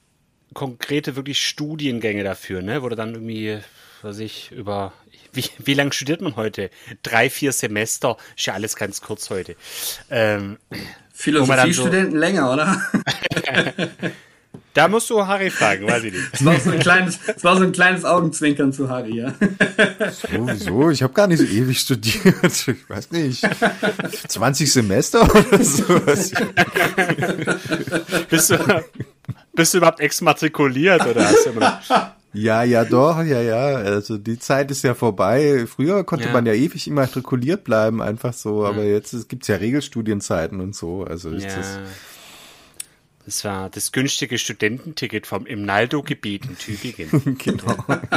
konkrete wirklich Studiengänge dafür, ne? Wo du dann irgendwie, was weiß ich, über, wie, wie lange studiert man heute? Drei, vier Semester, ist ja alles ganz kurz heute. Ähm,
Philosophiestudenten so, länger, oder?
Da musst du Harry fragen, weiß ich nicht.
Das war so ein kleines, das war so ein kleines Augenzwinkern zu Harry, ja.
Sowieso, ich habe gar nicht so ewig studiert. Ich weiß nicht. zwanzig Semester oder sowas.
Bist du, bist du überhaupt exmatrikuliert oder hast du immer noch?
Ja, ja, doch, ja, ja. Also die Zeit ist ja vorbei. Früher konnte
Ja.
man ja ewig immatrikuliert bleiben, einfach so. Aber
Ja.
jetzt gibt's ja Regelstudienzeiten und so. Also ist
Ja.
das.
Das war das günstige Studententicket vom im Naldo-Gebiet in Tübingen.
Genau.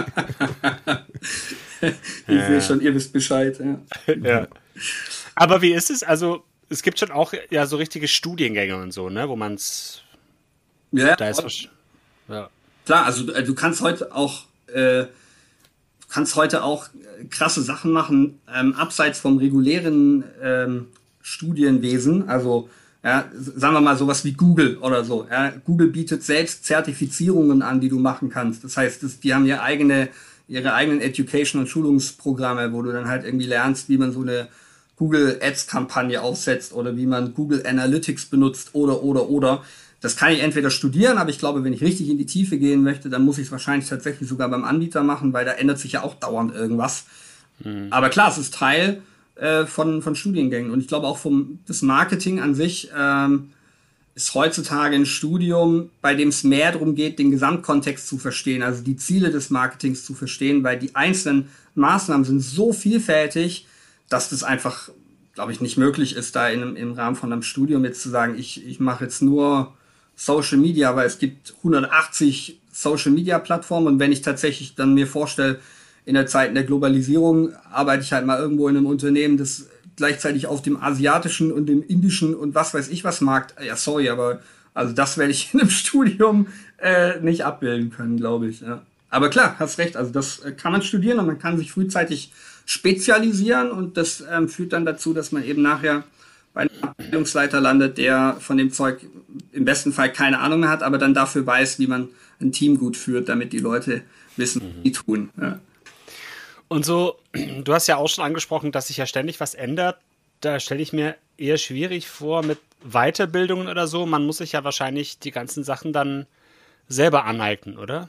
Ich sehe schon, ihr wisst Bescheid. Ja.
Ja. Aber wie ist es? Also, es gibt schon auch ja so richtige Studiengänge und so, ne, wo man's
Ja,
da ist was, ja.
klar, also äh, du kannst heute auch äh, du kannst heute auch äh, krasse Sachen machen, ähm, abseits vom regulären ähm, Studienwesen. Also ja, sagen wir mal sowas wie Google oder so. Ja. Google bietet selbst Zertifizierungen an, die du machen kannst. Das heißt, das, die haben ihre eigene, ihre eigenen Education- und Schulungsprogramme, wo du dann halt irgendwie lernst, wie man so eine Google Ads-Kampagne aufsetzt oder wie man Google Analytics benutzt oder, oder, oder. Das kann ich entweder studieren, aber ich glaube, wenn ich richtig in die Tiefe gehen möchte, dann muss ich es wahrscheinlich tatsächlich sogar beim Anbieter machen, weil da ändert sich ja auch dauernd irgendwas. Mhm. Aber klar, es ist Teil äh, von, von Studiengängen. Und ich glaube auch vom das Marketing an sich ähm, ist heutzutage ein Studium, bei dem es mehr darum geht, den Gesamtkontext zu verstehen, also die Ziele des Marketings zu verstehen, weil die einzelnen Maßnahmen sind so vielfältig, dass das einfach, glaube ich, nicht möglich ist, da in, im Rahmen von einem Studium jetzt zu sagen, ich, ich mache jetzt nur Social Media, weil es gibt hundertachtzig Social Media Plattformen und wenn ich tatsächlich dann mir vorstelle, in der Zeit der Globalisierung arbeite ich halt mal irgendwo in einem Unternehmen, das gleichzeitig auf dem asiatischen und dem indischen und was weiß ich was Markt, ja sorry, aber also das werde ich in einem Studium äh, nicht abbilden können, glaube ich. Ja. Aber klar, hast recht, also das äh, kann man studieren und man kann sich frühzeitig spezialisieren und das ähm, führt dann dazu, dass man eben nachher bei einem Abteilungsleiter landet, der von dem Zeug im besten Fall keine Ahnung mehr hat, aber dann dafür weiß, wie man ein Team gut führt, damit die Leute wissen, was sie tun. Ja.
Und so, du hast ja auch schon angesprochen, dass sich ja ständig was ändert. Da stelle ich mir eher schwierig vor mit Weiterbildungen oder so. Man muss sich ja wahrscheinlich die ganzen Sachen dann selber aneignen, oder?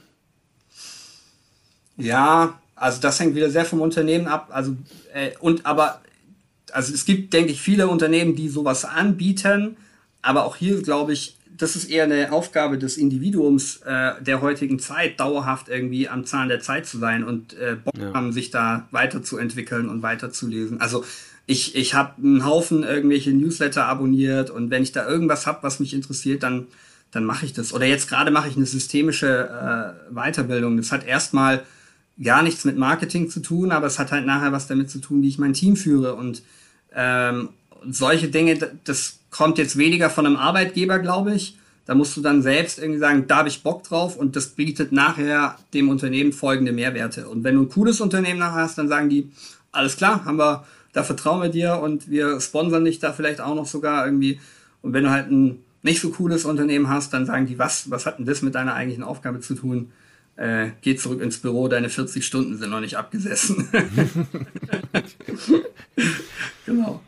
Ja, also das hängt wieder sehr vom Unternehmen ab. Also äh, und aber also es gibt, denke ich, viele Unternehmen, die sowas anbieten. Aber auch hier glaube ich, das ist eher eine Aufgabe des Individuums äh, der heutigen Zeit, dauerhaft irgendwie am Zahn der Zeit zu sein und äh, Bock ja. haben, sich da weiterzuentwickeln und weiterzulesen. Also ich, ich habe einen Haufen irgendwelche Newsletter abonniert und wenn ich da irgendwas habe, was mich interessiert, dann, dann mache ich das. Oder jetzt gerade mache ich eine systemische äh, Weiterbildung. Das hat erstmal gar nichts mit Marketing zu tun, aber es hat halt nachher was damit zu tun, wie ich mein Team führe. Und ähm, solche Dinge, das kommt jetzt weniger von einem Arbeitgeber, glaube ich. Da musst du dann selbst irgendwie sagen, da habe ich Bock drauf und das bietet nachher dem Unternehmen folgende Mehrwerte. Und wenn du ein cooles Unternehmen nachher hast, dann sagen die, alles klar, haben wir, da vertrauen wir dir und wir sponsern dich da vielleicht auch noch sogar irgendwie. Und wenn du halt ein nicht so cooles Unternehmen hast, dann sagen die, was, was hat denn das mit deiner eigentlichen Aufgabe zu tun? Äh, geh zurück ins Büro, deine vierzig Stunden sind noch nicht abgesessen. Genau.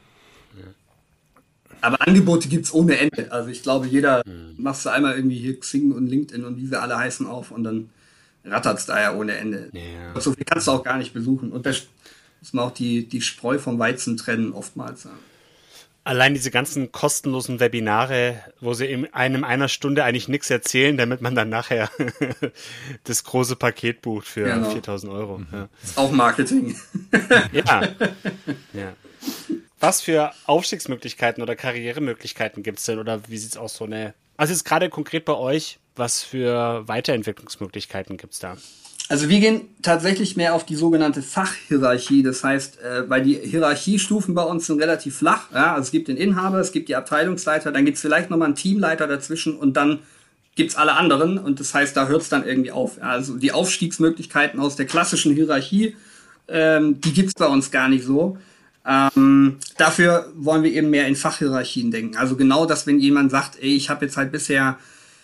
Aber Angebote gibt's ohne Ende. Also ich glaube, jeder mhm. machst du einmal irgendwie hier Xing und LinkedIn und wie sie alle heißen auf und dann rattert's da ja ohne Ende. Ja. So viel kannst du auch gar nicht besuchen. Und da muss man auch die, die Spreu vom Weizen trennen oftmals. Ja.
Allein diese ganzen kostenlosen Webinare, wo sie in einem einer Stunde eigentlich nichts erzählen, damit man dann nachher das große Paket bucht für genau. viertausend Euro. Ja.
Ist auch Marketing.
Ja. Ja. Was für Aufstiegsmöglichkeiten oder Karrieremöglichkeiten gibt es denn? Oder wie sieht es aus so eine... Also jetzt gerade konkret bei euch, was für Weiterentwicklungsmöglichkeiten gibt es da?
Also wir gehen tatsächlich mehr auf die sogenannte Fachhierarchie. Das heißt, äh, weil die Hierarchiestufen bei uns sind relativ flach. Ja? Also es gibt den Inhaber, es gibt die Abteilungsleiter, dann gibt es vielleicht nochmal einen Teamleiter dazwischen und dann gibt es alle anderen. Und das heißt, da hört es dann irgendwie auf. Ja? Also die Aufstiegsmöglichkeiten aus der klassischen Hierarchie, ähm, die gibt es bei uns gar nicht so. Ähm, dafür wollen wir eben mehr in Fachhierarchien denken. Also genau das, wenn jemand sagt, ey, ich habe jetzt halt bisher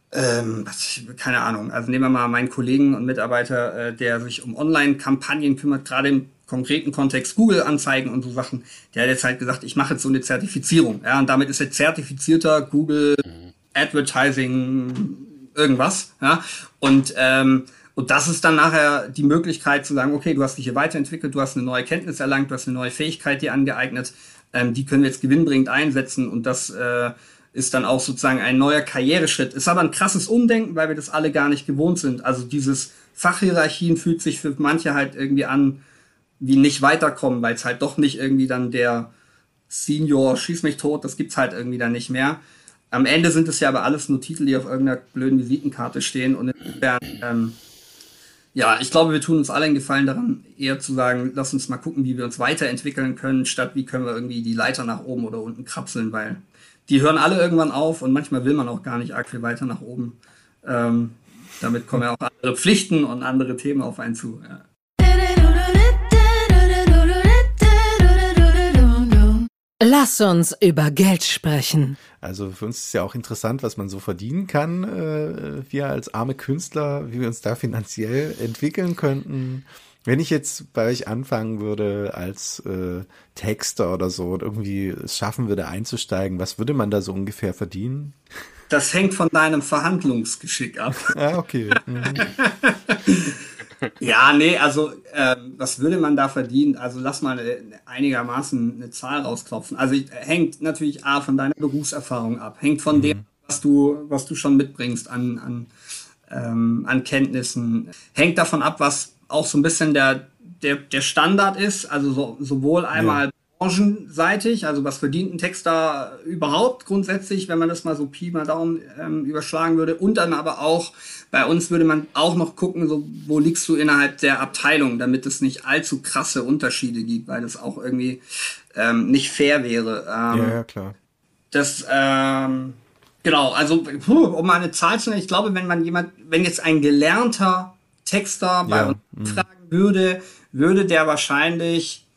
ähm, was, keine Ahnung, also nehmen wir mal meinen Kollegen und Mitarbeiter, äh, der sich um Online-Kampagnen kümmert, gerade im konkreten Kontext Google-Anzeigen und so Sachen, der hat jetzt halt gesagt, ich mache jetzt so eine Zertifizierung. Ja, und damit ist er zertifizierter Google Advertising irgendwas. Ja, und ähm, und das ist dann nachher die Möglichkeit zu sagen, okay, du hast dich hier weiterentwickelt, du hast eine neue Kenntnis erlangt, du hast eine neue Fähigkeit dir angeeignet, ähm, die können wir jetzt gewinnbringend einsetzen und das äh, ist dann auch sozusagen ein neuer Karriereschritt. Ist aber ein krasses Umdenken, weil wir das alle gar nicht gewohnt sind. Also dieses Fachhierarchien fühlt sich für manche halt irgendwie an, wie nicht weiterkommen, weil es halt doch nicht irgendwie dann der Senior schieß mich tot, das gibt's halt irgendwie dann nicht mehr. Am Ende sind es ja aber alles nur Titel, die auf irgendeiner blöden Visitenkarte stehen und insofern, ähm, ja, ich glaube, wir tun uns alle einen Gefallen daran, eher zu sagen, lass uns mal gucken, wie wir uns weiterentwickeln können, statt wie können wir irgendwie die Leiter nach oben oder unten krapseln, weil die hören alle irgendwann auf und manchmal will man auch gar nicht arg viel weiter nach oben. Ähm, damit kommen ja auch andere Pflichten und andere Themen auf einen zu. Ja.
Lass uns über Geld sprechen.
Also für uns ist ja auch interessant, was man so verdienen kann, äh, wir als arme Künstler, wie wir uns da finanziell entwickeln könnten. Wenn ich jetzt bei euch anfangen würde als äh, Texter oder so und irgendwie es schaffen würde einzusteigen, was würde man da so ungefähr verdienen?
Das hängt von deinem Verhandlungsgeschick ab.
Ah, okay. Mhm.
Ja, nee, also ähm, was würde man da verdienen? Also lass mal eine, einigermaßen eine Zahl rausklopfen. Also hängt natürlich A von deiner Berufserfahrung ab, hängt von mhm. dem, was du, was du schon mitbringst an, an, ähm, an Kenntnissen, hängt davon ab, was auch so ein bisschen der, der, der Standard ist, also so, sowohl einmal ja. branchenseitig, also was verdient ein Texter überhaupt grundsätzlich, wenn man das mal so Pi mal Daumen ähm, überschlagen würde, und dann aber auch, bei uns würde man auch noch gucken, so wo liegst du innerhalb der Abteilung, damit es nicht allzu krasse Unterschiede gibt, weil das auch irgendwie ähm, nicht fair wäre. Ähm,
ja, ja, klar.
Das, ähm, genau, also puh, um mal eine Zahl zu nennen, ich glaube, wenn man jemand, wenn jetzt ein gelernter Texter bei
ja.
uns mhm. fragen würde, würde der wahrscheinlich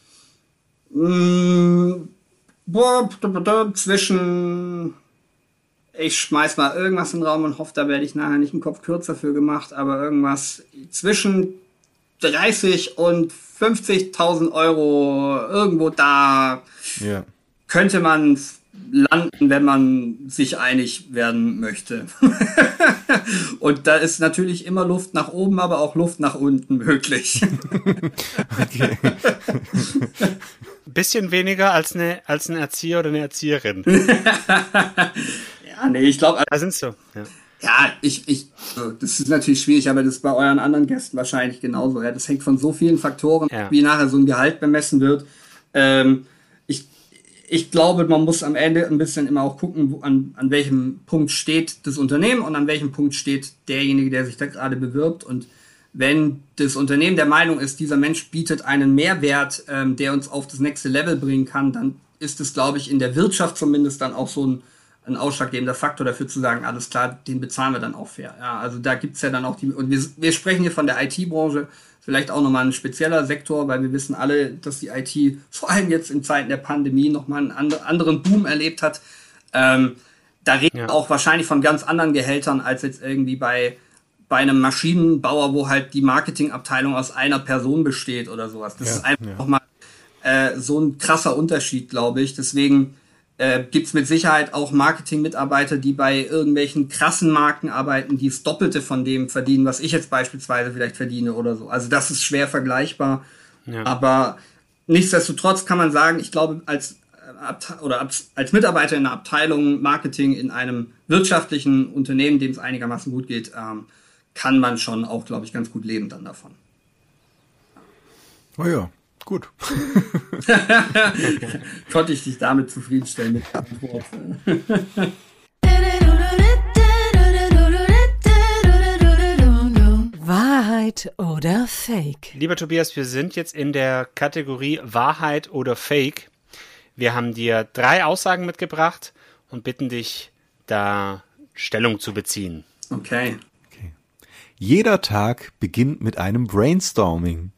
mh, boah, zwischen, ich schmeiß mal irgendwas in den Raum und hoffe, da werde ich nachher nicht einen Kopf kürzer für gemacht, aber irgendwas zwischen dreißig und fünfzigtausend Euro, irgendwo da
ja.
könnte man landen, wenn man sich einig werden möchte. Und da ist natürlich immer Luft nach oben, aber auch Luft nach unten möglich.
Okay. Bisschen weniger als eine als ein Erzieher oder eine Erzieherin.
Ja, nee, ich glaube...
Da sind so. Ja,
ja ich, ich, das ist natürlich schwierig, aber das ist bei euren anderen Gästen wahrscheinlich genauso. Ja, das hängt von so vielen Faktoren,
ja.
wie nachher so ein Gehalt bemessen wird. Ähm, ich Ich glaube, man muss am Ende ein bisschen immer auch gucken, wo, an, an welchem Punkt steht das Unternehmen und an welchem Punkt steht derjenige, der sich da gerade bewirbt. Und wenn das Unternehmen der Meinung ist, dieser Mensch bietet einen Mehrwert, ähm, der uns auf das nächste Level bringen kann, dann ist es, glaube ich, in der Wirtschaft zumindest dann auch so ein, ein ausschlaggebender Faktor dafür zu sagen, alles klar, den bezahlen wir dann auch fair. Ja, also da gibt's ja dann auch die, und wir, wir sprechen hier von der I T-Branche, vielleicht auch nochmal ein spezieller Sektor, weil wir wissen alle, dass die I T vor allem jetzt in Zeiten der Pandemie nochmal einen anderen Boom erlebt hat. Ähm, da reden wir ja. auch wahrscheinlich von ganz anderen Gehältern als jetzt irgendwie bei, bei einem Maschinenbauer, wo halt die Marketingabteilung aus einer Person besteht oder sowas. Das ja, ist einfach ja. nochmal äh, so ein krasser Unterschied, glaube ich. Deswegen äh, gibt's mit Sicherheit auch Marketing-Mitarbeiter, die bei irgendwelchen krassen Marken arbeiten, die das Doppelte von dem verdienen, was ich jetzt beispielsweise vielleicht verdiene oder so. Also das ist schwer vergleichbar. Ja. Aber nichtsdestotrotz kann man sagen, ich glaube, als Abte- oder als Mitarbeiter in einer Abteilung Marketing in einem wirtschaftlichen Unternehmen, dem es einigermaßen gut geht, ähm, kann man schon auch, glaube ich, ganz gut leben dann davon.
Oh ja. Gut.
Konnte ich dich damit zufriedenstellen mit der Antwort.
Wahrheit oder Fake?
Lieber Tobias, wir sind jetzt in der Kategorie Wahrheit oder Fake. Wir haben dir drei Aussagen mitgebracht und bitten dich, da Stellung zu beziehen.
Okay.
okay. Jeder Tag beginnt mit einem Brainstorming.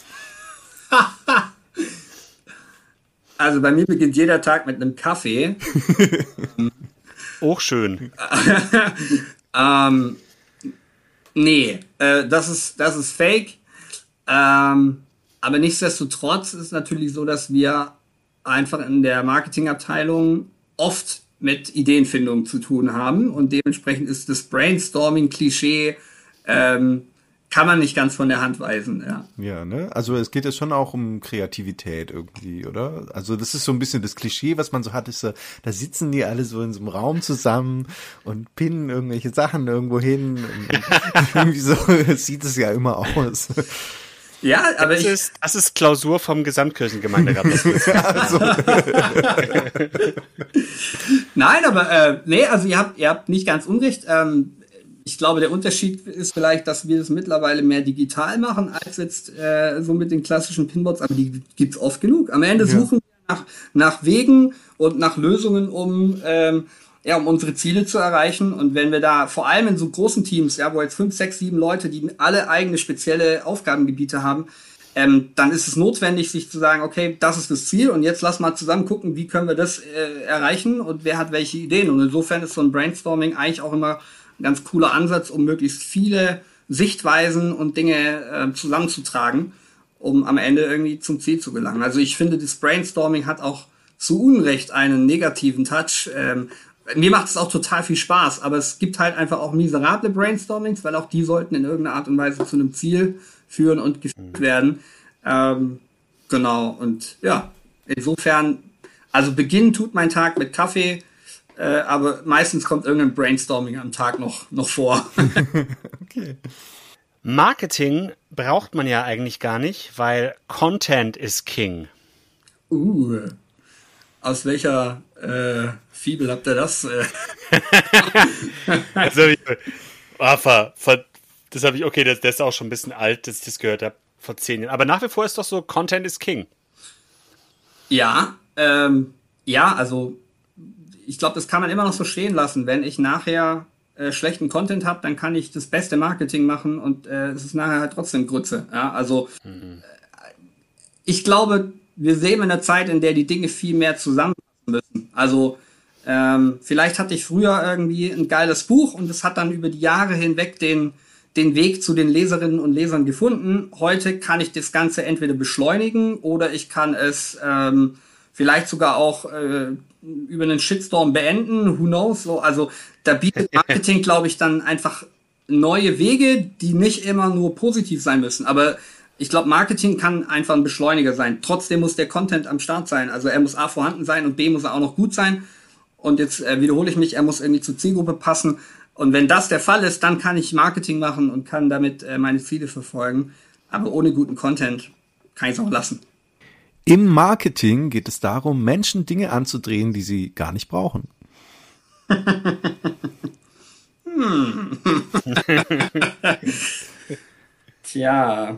Also bei mir beginnt jeder Tag mit einem Kaffee.
Auch schön.
Ähm, nee, äh, das ist, das ist fake. Ähm, aber nichtsdestotrotz ist natürlich so, dass wir einfach in der Marketingabteilung oft mit Ideenfindung zu tun haben und dementsprechend ist das Brainstorming-Klischee ähm, kann man nicht ganz von der Hand weisen, ja.
Ja, ne? Also es geht ja schon auch um Kreativität irgendwie, oder? Also das ist so ein bisschen das Klischee, was man so hat, ist so, da sitzen die alle so in so einem Raum zusammen und pinnen irgendwelche Sachen irgendwo hin. Und irgendwie so sieht es ja immer aus.
Ja, aber
das
ich...
Ist, das ist Klausur vom Gesamtkirchengemeinderat. Also.
Nein, aber äh, nee, also ihr habt, ihr habt nicht ganz unrecht. Ähm, ich glaube, der Unterschied ist vielleicht, dass wir das mittlerweile mehr digital machen, als jetzt äh, so mit den klassischen Pinboards, aber die gibt's oft genug. Am Ende ja. suchen wir nach, nach Wegen und nach Lösungen, um ähm, ja, um unsere Ziele zu erreichen. Und wenn wir da vor allem in so großen Teams, ja, wo jetzt fünf, sechs, sieben Leute, die alle eigene spezielle Aufgabengebiete haben, ähm, dann ist es notwendig, sich zu sagen, okay, das ist das Ziel und jetzt lass mal zusammen gucken, wie können wir das äh, erreichen und wer hat welche Ideen. Und insofern ist so ein Brainstorming eigentlich auch immer ein ganz cooler Ansatz, um möglichst viele Sichtweisen und Dinge äh, zusammenzutragen, um am Ende irgendwie zum Ziel zu gelangen. Also ich finde, das Brainstorming hat auch zu Unrecht einen negativen Touch. Ähm, Mir macht es auch total viel Spaß, aber es gibt halt einfach auch miserable Brainstormings, weil auch die sollten in irgendeiner Art und Weise zu einem Ziel führen und geführt werden. Ähm, genau, und ja, insofern, also beginnen tut mein Tag mit Kaffee, äh, aber meistens kommt irgendein Brainstorming am Tag noch, noch vor.
Okay. Marketing braucht man ja eigentlich gar nicht, weil Content is King.
Uh, aus welcher äh, Fibel habt ihr das? Äh?
also, oh, ver, ver, das habe ich, okay, das, das ist auch schon ein bisschen alt, dass ich das gehört habe, vor zehn Jahren. Aber nach wie vor ist doch so, Content is King.
Ja, ähm, ja, also ich glaube, das kann man immer noch so stehen lassen. Wenn ich nachher äh, schlechten Content habe, dann kann ich das beste Marketing machen und äh, es ist nachher halt trotzdem Grütze. Ja, also mhm. äh, ich glaube, wir sehen in einer Zeit, in der die Dinge viel mehr zusammenpassen müssen. Also ähm, vielleicht hatte ich früher irgendwie ein geiles Buch und es hat dann über die Jahre hinweg den den Weg zu den Leserinnen und Lesern gefunden. Heute kann ich das Ganze entweder beschleunigen oder ich kann es ähm, vielleicht sogar auch äh, über einen Shitstorm beenden. Who knows? So, also da bietet Marketing, glaube ich, dann einfach neue Wege, die nicht immer nur positiv sein müssen. Aber ich glaube, Marketing kann einfach ein Beschleuniger sein. Trotzdem muss der Content am Start sein. Also er muss A vorhanden sein und B muss er auch noch gut sein. Und jetzt äh, wiederhole ich mich, er muss irgendwie zur Zielgruppe passen. Und wenn das der Fall ist, dann kann ich Marketing machen und kann damit äh, meine Ziele verfolgen. Aber ohne guten Content kann ich es auch lassen.
Im Marketing geht es darum, Menschen Dinge anzudrehen, die sie gar nicht brauchen.
hm. Tja.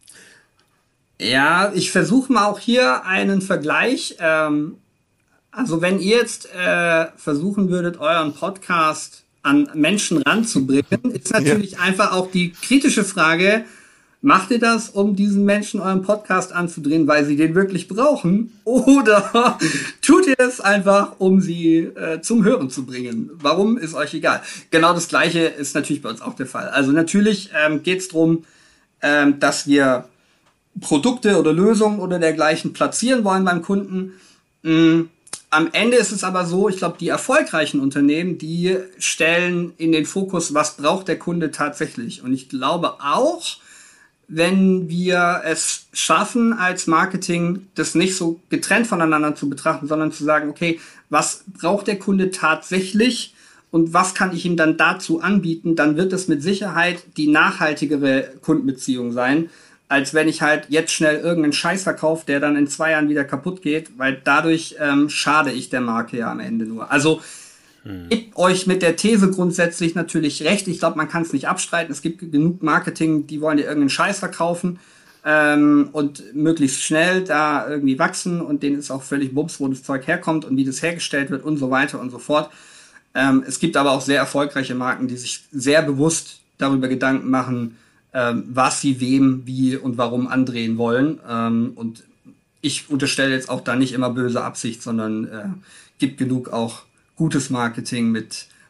Ja, ich versuche mal auch hier einen Vergleich. Ähm, also wenn ihr jetzt äh, versuchen würdet, euren Podcast an Menschen ranzubringen, ist natürlich ja. einfach auch die kritische Frage, macht ihr das, um diesen Menschen euren Podcast anzudrehen, weil sie den wirklich brauchen? Oder tut ihr es einfach, um sie äh, zum Hören zu bringen? Warum, ist euch egal. Genau das Gleiche ist natürlich bei uns auch der Fall. Also natürlich ähm, geht es darum, ähm, dass wir Produkte oder Lösungen oder dergleichen platzieren wollen beim Kunden. Mhm. Am Ende ist es aber so, ich glaube, die erfolgreichen Unternehmen, die stellen in den Fokus, was braucht der Kunde tatsächlich. Und ich glaube auch, wenn wir es schaffen, als Marketing das nicht so getrennt voneinander zu betrachten, sondern zu sagen, okay, was braucht der Kunde tatsächlich und was kann ich ihm dann dazu anbieten, dann wird es mit Sicherheit die nachhaltigere Kundenbeziehung sein, als wenn ich halt jetzt schnell irgendeinen Scheiß verkaufe, der dann in zwei Jahren wieder kaputt geht, weil dadurch ähm, schade ich der Marke ja am Ende nur. Also hm. gebt euch mit der These grundsätzlich natürlich recht. Ich glaube, man kann es nicht abstreiten. Es gibt genug Marketing, die wollen dir irgendeinen Scheiß verkaufen ähm, und möglichst schnell da irgendwie wachsen und denen ist auch völlig bums, wo das Zeug herkommt und wie das hergestellt wird und so weiter und so fort. Ähm, es gibt aber auch sehr erfolgreiche Marken, die sich sehr bewusst darüber Gedanken machen, was sie wem, wie und warum andrehen wollen. Und ich unterstelle jetzt auch da nicht immer böse Absicht, sondern äh, gibt genug auch gutes Marketing mit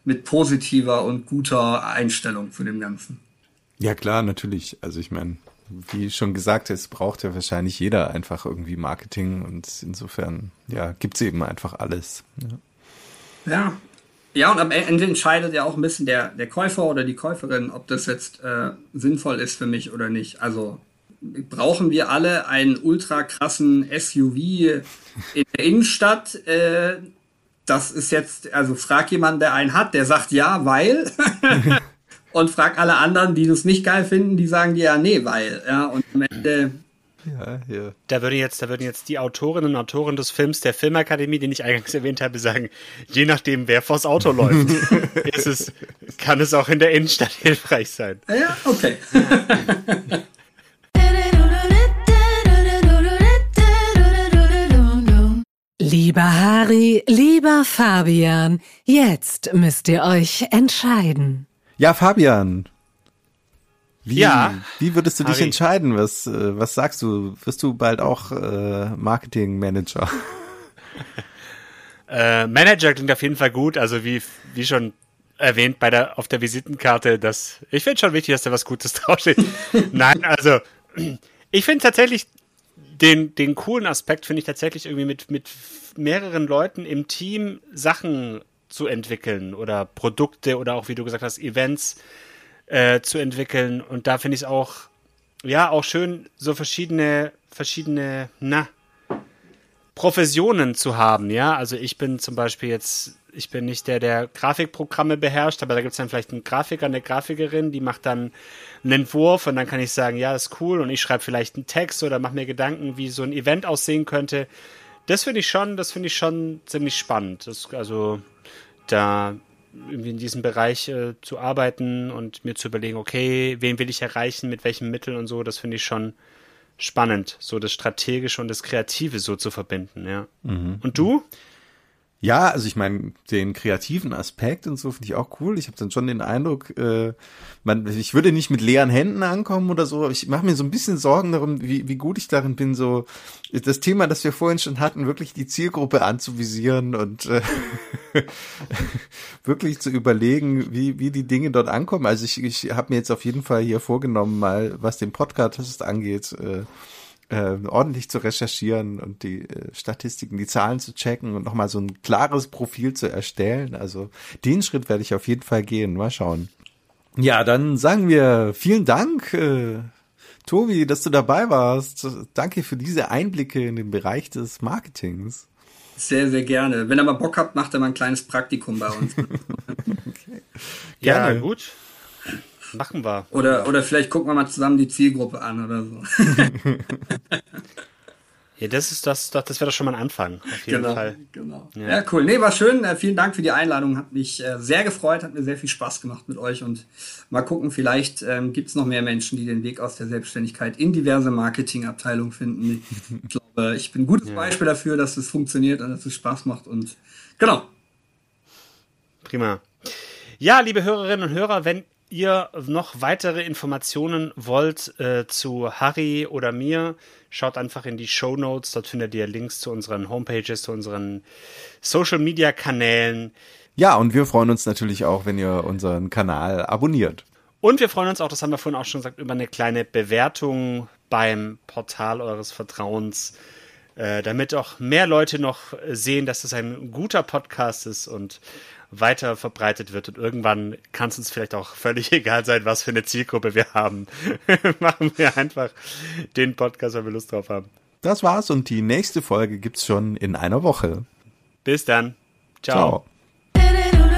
mit positiver und guter Einstellung zu dem Ganzen.
Ja klar, natürlich. Also ich meine, wie schon gesagt, es braucht ja wahrscheinlich jeder einfach irgendwie Marketing und insofern, ja, gibt's eben einfach alles.
Ja, ja, ja, und am Ende entscheidet ja auch ein bisschen der, der Käufer oder die Käuferin, ob das jetzt äh, sinnvoll ist für mich oder nicht. Also brauchen wir alle einen ultra krassen S U V in der Innenstadt? Äh, das ist jetzt, also frag jemanden, der einen hat, der sagt ja, weil... Und frag alle anderen, die das nicht geil finden, die sagen dir ja, nee, weil. Ja, und am Ende.
Ja, ja.
Da würden jetzt, da würden jetzt die Autorinnen und Autoren des Films der Filmakademie, den ich eingangs erwähnt habe, sagen, je nachdem, wer vors Auto läuft, ist es, kann es auch in der Innenstadt hilfreich sein.
Ja, okay.
Lieber Harry, lieber Fabian, jetzt müsst ihr euch entscheiden.
Ja, Fabian, wie,
ja,
wie würdest du dich
Harry.
entscheiden? Was, äh, was sagst du? Wirst du bald auch äh, Marketing-Manager?
Äh, Manager klingt auf jeden Fall gut, also wie, wie schon erwähnt bei der, auf der Visitenkarte, dass, ich finde schon wichtig, dass da was Gutes draufsteht. Nein, also, ich finde tatsächlich, den, den coolen Aspekt finde ich tatsächlich irgendwie mit, mit mehreren Leuten im Team Sachen zu entwickeln oder Produkte oder auch, wie du gesagt hast, Events äh, zu entwickeln. Und da finde ich es auch, ja, auch schön, so verschiedene, verschiedene, na, Professionen zu haben, ja. Also ich bin zum Beispiel jetzt, ich bin nicht der, der Grafikprogramme beherrscht, aber da gibt es dann vielleicht einen Grafiker, eine Grafikerin, die macht dann einen Entwurf und dann kann ich sagen, ja, ist cool und ich schreibe vielleicht einen Text oder mache mir Gedanken, wie so ein Event aussehen könnte. Das finde ich schon, das finde ich schon ziemlich spannend. Das, also da irgendwie in diesem Bereich äh, zu arbeiten und mir zu überlegen, okay, wen will ich erreichen, mit welchen Mitteln und so, das finde ich schon spannend, so das Strategische und das Kreative so zu verbinden, ja. Mhm. Und du?
Ja, also ich meine, den kreativen Aspekt und so finde ich auch cool. Ich habe dann schon den Eindruck, äh, man, ich würde nicht mit leeren Händen ankommen oder so, aber ich mache mir so ein bisschen Sorgen darum, wie, wie gut ich darin bin, so das Thema, das wir vorhin schon hatten, wirklich die Zielgruppe anzuvisieren und äh, wirklich zu überlegen, wie, wie die Dinge dort ankommen. Also ich, ich habe mir jetzt auf jeden Fall hier vorgenommen, mal was den Podcast angeht, äh, Äh, ordentlich zu recherchieren und die äh, Statistiken, die Zahlen zu checken und nochmal so ein klares Profil zu erstellen. Also den Schritt werde ich auf jeden Fall gehen. Mal schauen. Ja, dann sagen wir vielen Dank, äh, Tobi, dass du dabei warst. Danke für diese Einblicke in den Bereich des Marketings.
Sehr, sehr gerne. Wenn ihr mal Bock habt, macht ihr mal ein kleines Praktikum bei uns.
Okay.
Ja,
Gerne.
gut. Machen wir.
Oder, oder vielleicht gucken wir mal zusammen die Zielgruppe an oder so.
Ja, das ist das, das, das wäre doch schon mal ein Anfang, auf jeden
genau,
Fall.
Genau.
Ja.
Ja, cool. Nee, war schön. Äh, vielen Dank für die Einladung. Hat mich äh, sehr gefreut, hat mir sehr viel Spaß gemacht mit euch. Und mal gucken, vielleicht ähm, gibt es noch mehr Menschen, die den Weg aus der Selbstständigkeit in diverse Marketingabteilungen finden. Ich glaube, ich bin ein gutes
Ja.
Beispiel dafür, dass es funktioniert und dass es Spaß macht. Und genau.
Prima. Ja, liebe Hörerinnen und Hörer, wenn ihr noch weitere Informationen wollt äh, zu Harry oder mir, schaut einfach in die Shownotes. Dort findet ihr Links zu unseren Homepages, zu unseren Social-Media-Kanälen.
Ja, und wir freuen uns natürlich auch, wenn ihr unseren Kanal abonniert.
Und wir freuen uns auch, das haben wir vorhin auch schon gesagt, über eine kleine Bewertung beim Portal eures Vertrauens, äh, damit auch mehr Leute noch sehen, dass es ein guter Podcast ist und weiter verbreitet wird. Und irgendwann kann es uns vielleicht auch völlig egal sein, was für eine Zielgruppe wir haben. Machen wir einfach den Podcast, weil wir Lust drauf haben.
Das war's und die nächste Folge gibt's schon in einer Woche.
Bis dann. Ciao.
Ciao.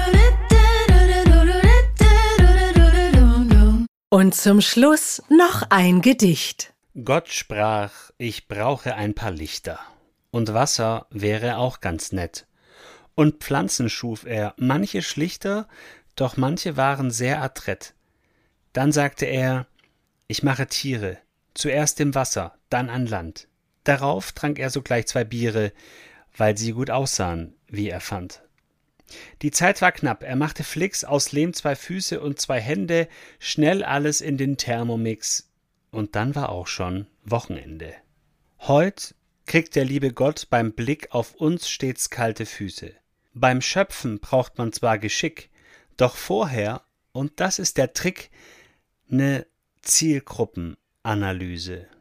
Und zum Schluss noch ein Gedicht.
Gott sprach, ich brauche ein paar Lichter. Und Wasser wäre auch ganz nett. Und Pflanzen schuf er, manche schlichter, doch manche waren sehr adrett. Dann sagte er, ich mache Tiere, zuerst im Wasser, dann an Land. Darauf trank er sogleich zwei Biere, weil sie gut aussahen, wie er fand. Die Zeit war knapp, er machte flicks aus Lehm zwei Füße und zwei Hände, schnell alles in den Thermomix, und dann war auch schon Wochenende. Heut kriegt der liebe Gott beim Blick auf uns stets kalte Füße. Beim Schöpfen braucht man zwar Geschick, Doch vorher, und das ist der Trick, eine Zielgruppenanalyse.